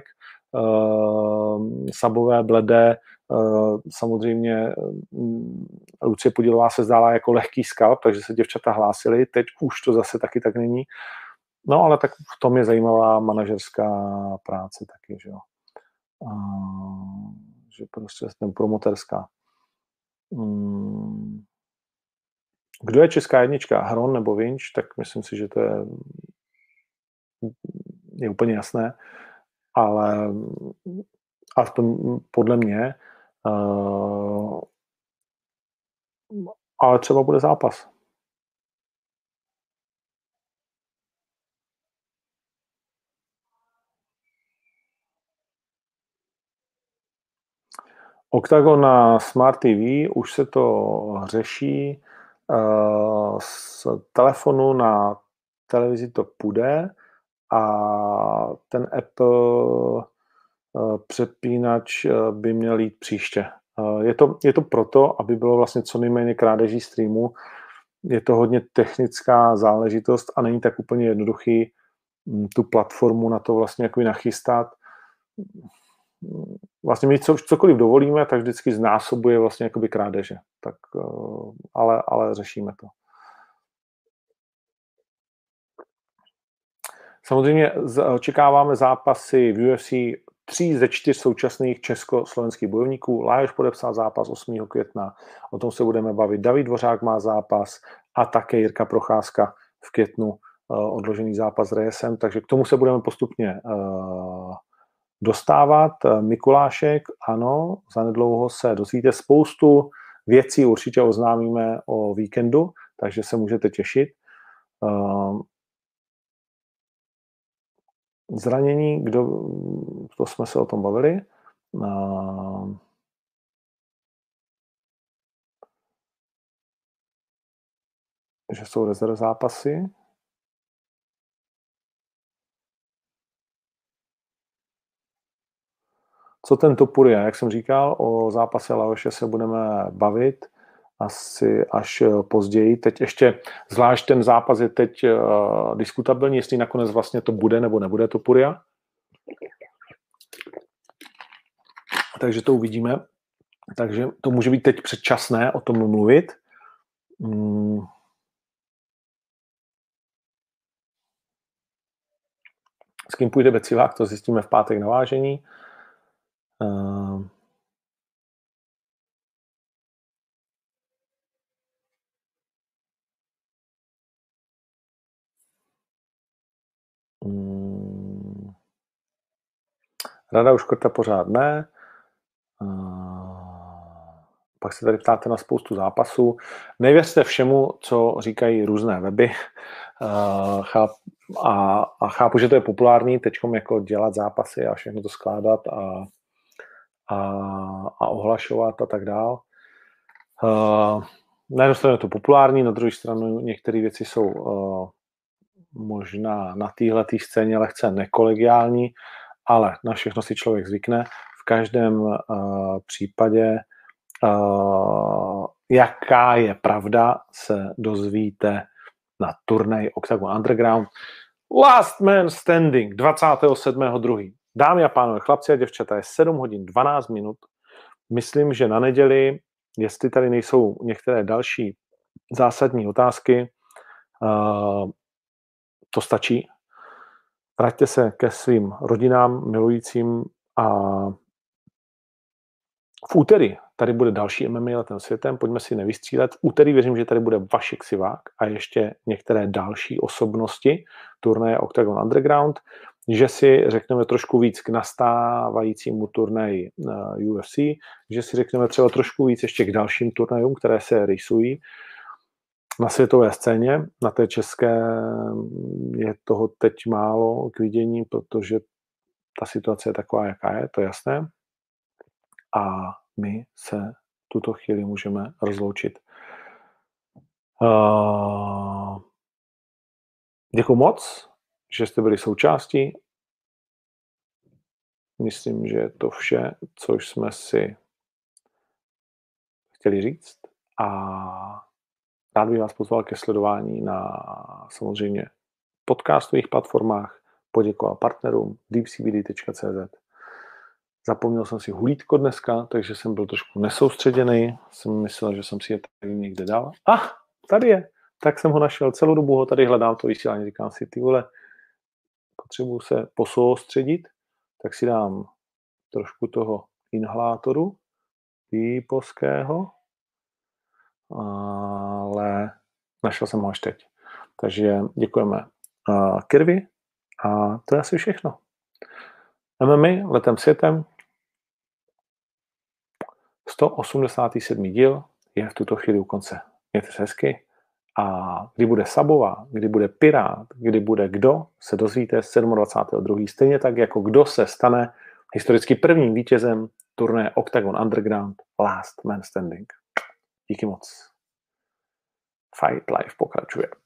Sabové, Bledé, samozřejmě Lucie Podilová se zdála jako lehký skalp, takže se děvčata hlásily, teď už to zase taky tak není. No ale tak v tom je zajímavá manažerská práce taky, že jo. A, že prostě ten promoterská. Kdo je česká jednička? Hron nebo Vinč? Tak myslím si, že to je, je úplně jasné, ale aspoň podle mě Uh, ale třeba bude zápas. Octagon na Smart T V, už se to řeší. Uh, z telefonu na televizi to půjde a ten Apple přepínač by měl jít příště. Je to, je to proto, aby bylo vlastně co nejméně krádeží streamu. Je to hodně technická záležitost a není tak úplně jednoduchý tu platformu na to vlastně jakoby nachystat. Vlastně my co, cokoliv dovolíme, tak vždycky znásobuje vlastně jakoby krádeže. Tak, ale, ale řešíme to. Samozřejmě očekáváme zápasy v U F C tří ze čtyř současných československých bojovníků. Lajos podepsal zápas osmého května, o tom se budeme bavit. David Dvořák má zápas a také Jirka Procházka v květnu uh, odložený zápas s Reyesem, takže k tomu se budeme postupně uh, dostávat. Mikulášek, ano, zanedlouho se dozvíte spoustu věcí, určitě oznámíme o víkendu, takže se můžete těšit. Zranění, kdo, to jsme se o tom bavili. Že jsou rezerv zápasy. Co ten Topuria? Jak jsem říkal, o zápase Laoše se budeme bavit asi až později. Teď ještě, zvlášť ten zápas je teď uh, diskutabilní, jestli nakonec vlastně to bude nebo nebude Topuria. Takže to uvidíme. Takže to může být teď předčasné o tom mluvit. Hmm. S kým půjde Becivák, to zjistíme v pátek na vážení. Uh, um, Rada už Korta pořád ne. Uh, pak se tady ptáte na spoustu zápasů. Nevěřte všemu, co říkají různé weby. Uh, cháp, a, a chápu, že to je populární teďkom jako dělat zápasy a všechno to skládat a A, a ohlašovat a tak dál. Uh, na jednu stranu je to populární, na druhou stranu některé věci jsou uh, možná na téhletý scéně lehce nekolegiální, ale na všechno si člověk zvykne. V každém uh, případě, uh, jaká je pravda, se dozvíte na turnaji Octagon Underground. Last Man Standing, dvacátého sedmého druhého Dámy a pánové, chlapci a děvčata, je sedm hodin dvanáct minut. Myslím, že na neděli, jestli tady nejsou některé další zásadní otázky, uh, to stačí. Vraťte se ke svým rodinám, milujícím a v úterý tady bude další M M A letem světem, pojďme si nevystřílet. V úterý věřím, že tady bude Vašek Sivák a ještě některé další osobnosti turnaje Octagon Underground, že si řekneme trošku víc k nastávajícímu turnaji U F C, že si řekneme třeba trošku víc ještě k dalším turnajům, které se rysují na světové scéně. Na té české je toho teď málo k vidění, protože ta situace je taková, jaká je, to je jasné. A my se tuto chvíli můžeme rozloučit. Uh, děkuji moc, že jste byli součástí. Myslím, že je to vše, co jsme si chtěli říct. A rád bych vás pozval ke sledování na samozřejmě podcastových platformách, poděkoval partnerům deep c b d tečka c z. Zapomněl jsem si hulítko dneska, takže jsem byl trošku nesoustředěný. Jsem myslel, že jsem si je tady někde dal. Ah, tady je. Tak jsem ho našel. Celou dobu ho tady hledám, to vysílání. Říkám si, ty vole, potřebuji se posoustředit, tak si dám trošku toho inhalátoru pípovského, ale našel jsem ho až teď. Takže děkujeme uh, Kirvi a to je asi všechno. M M A letem světem sto osmdesátý sedmý díl je v tuto chvíli u konce. Mějte se hezky a kdy bude Sabová, kdy bude Pirát, kdy bude kdo, se dozvíte dvacátého sedmého druhého Stejně tak, jako kdo se stane historicky prvním vítězem turnaje Octagon Underground Last Man Standing. Díky moc. Fight Life pokračuje.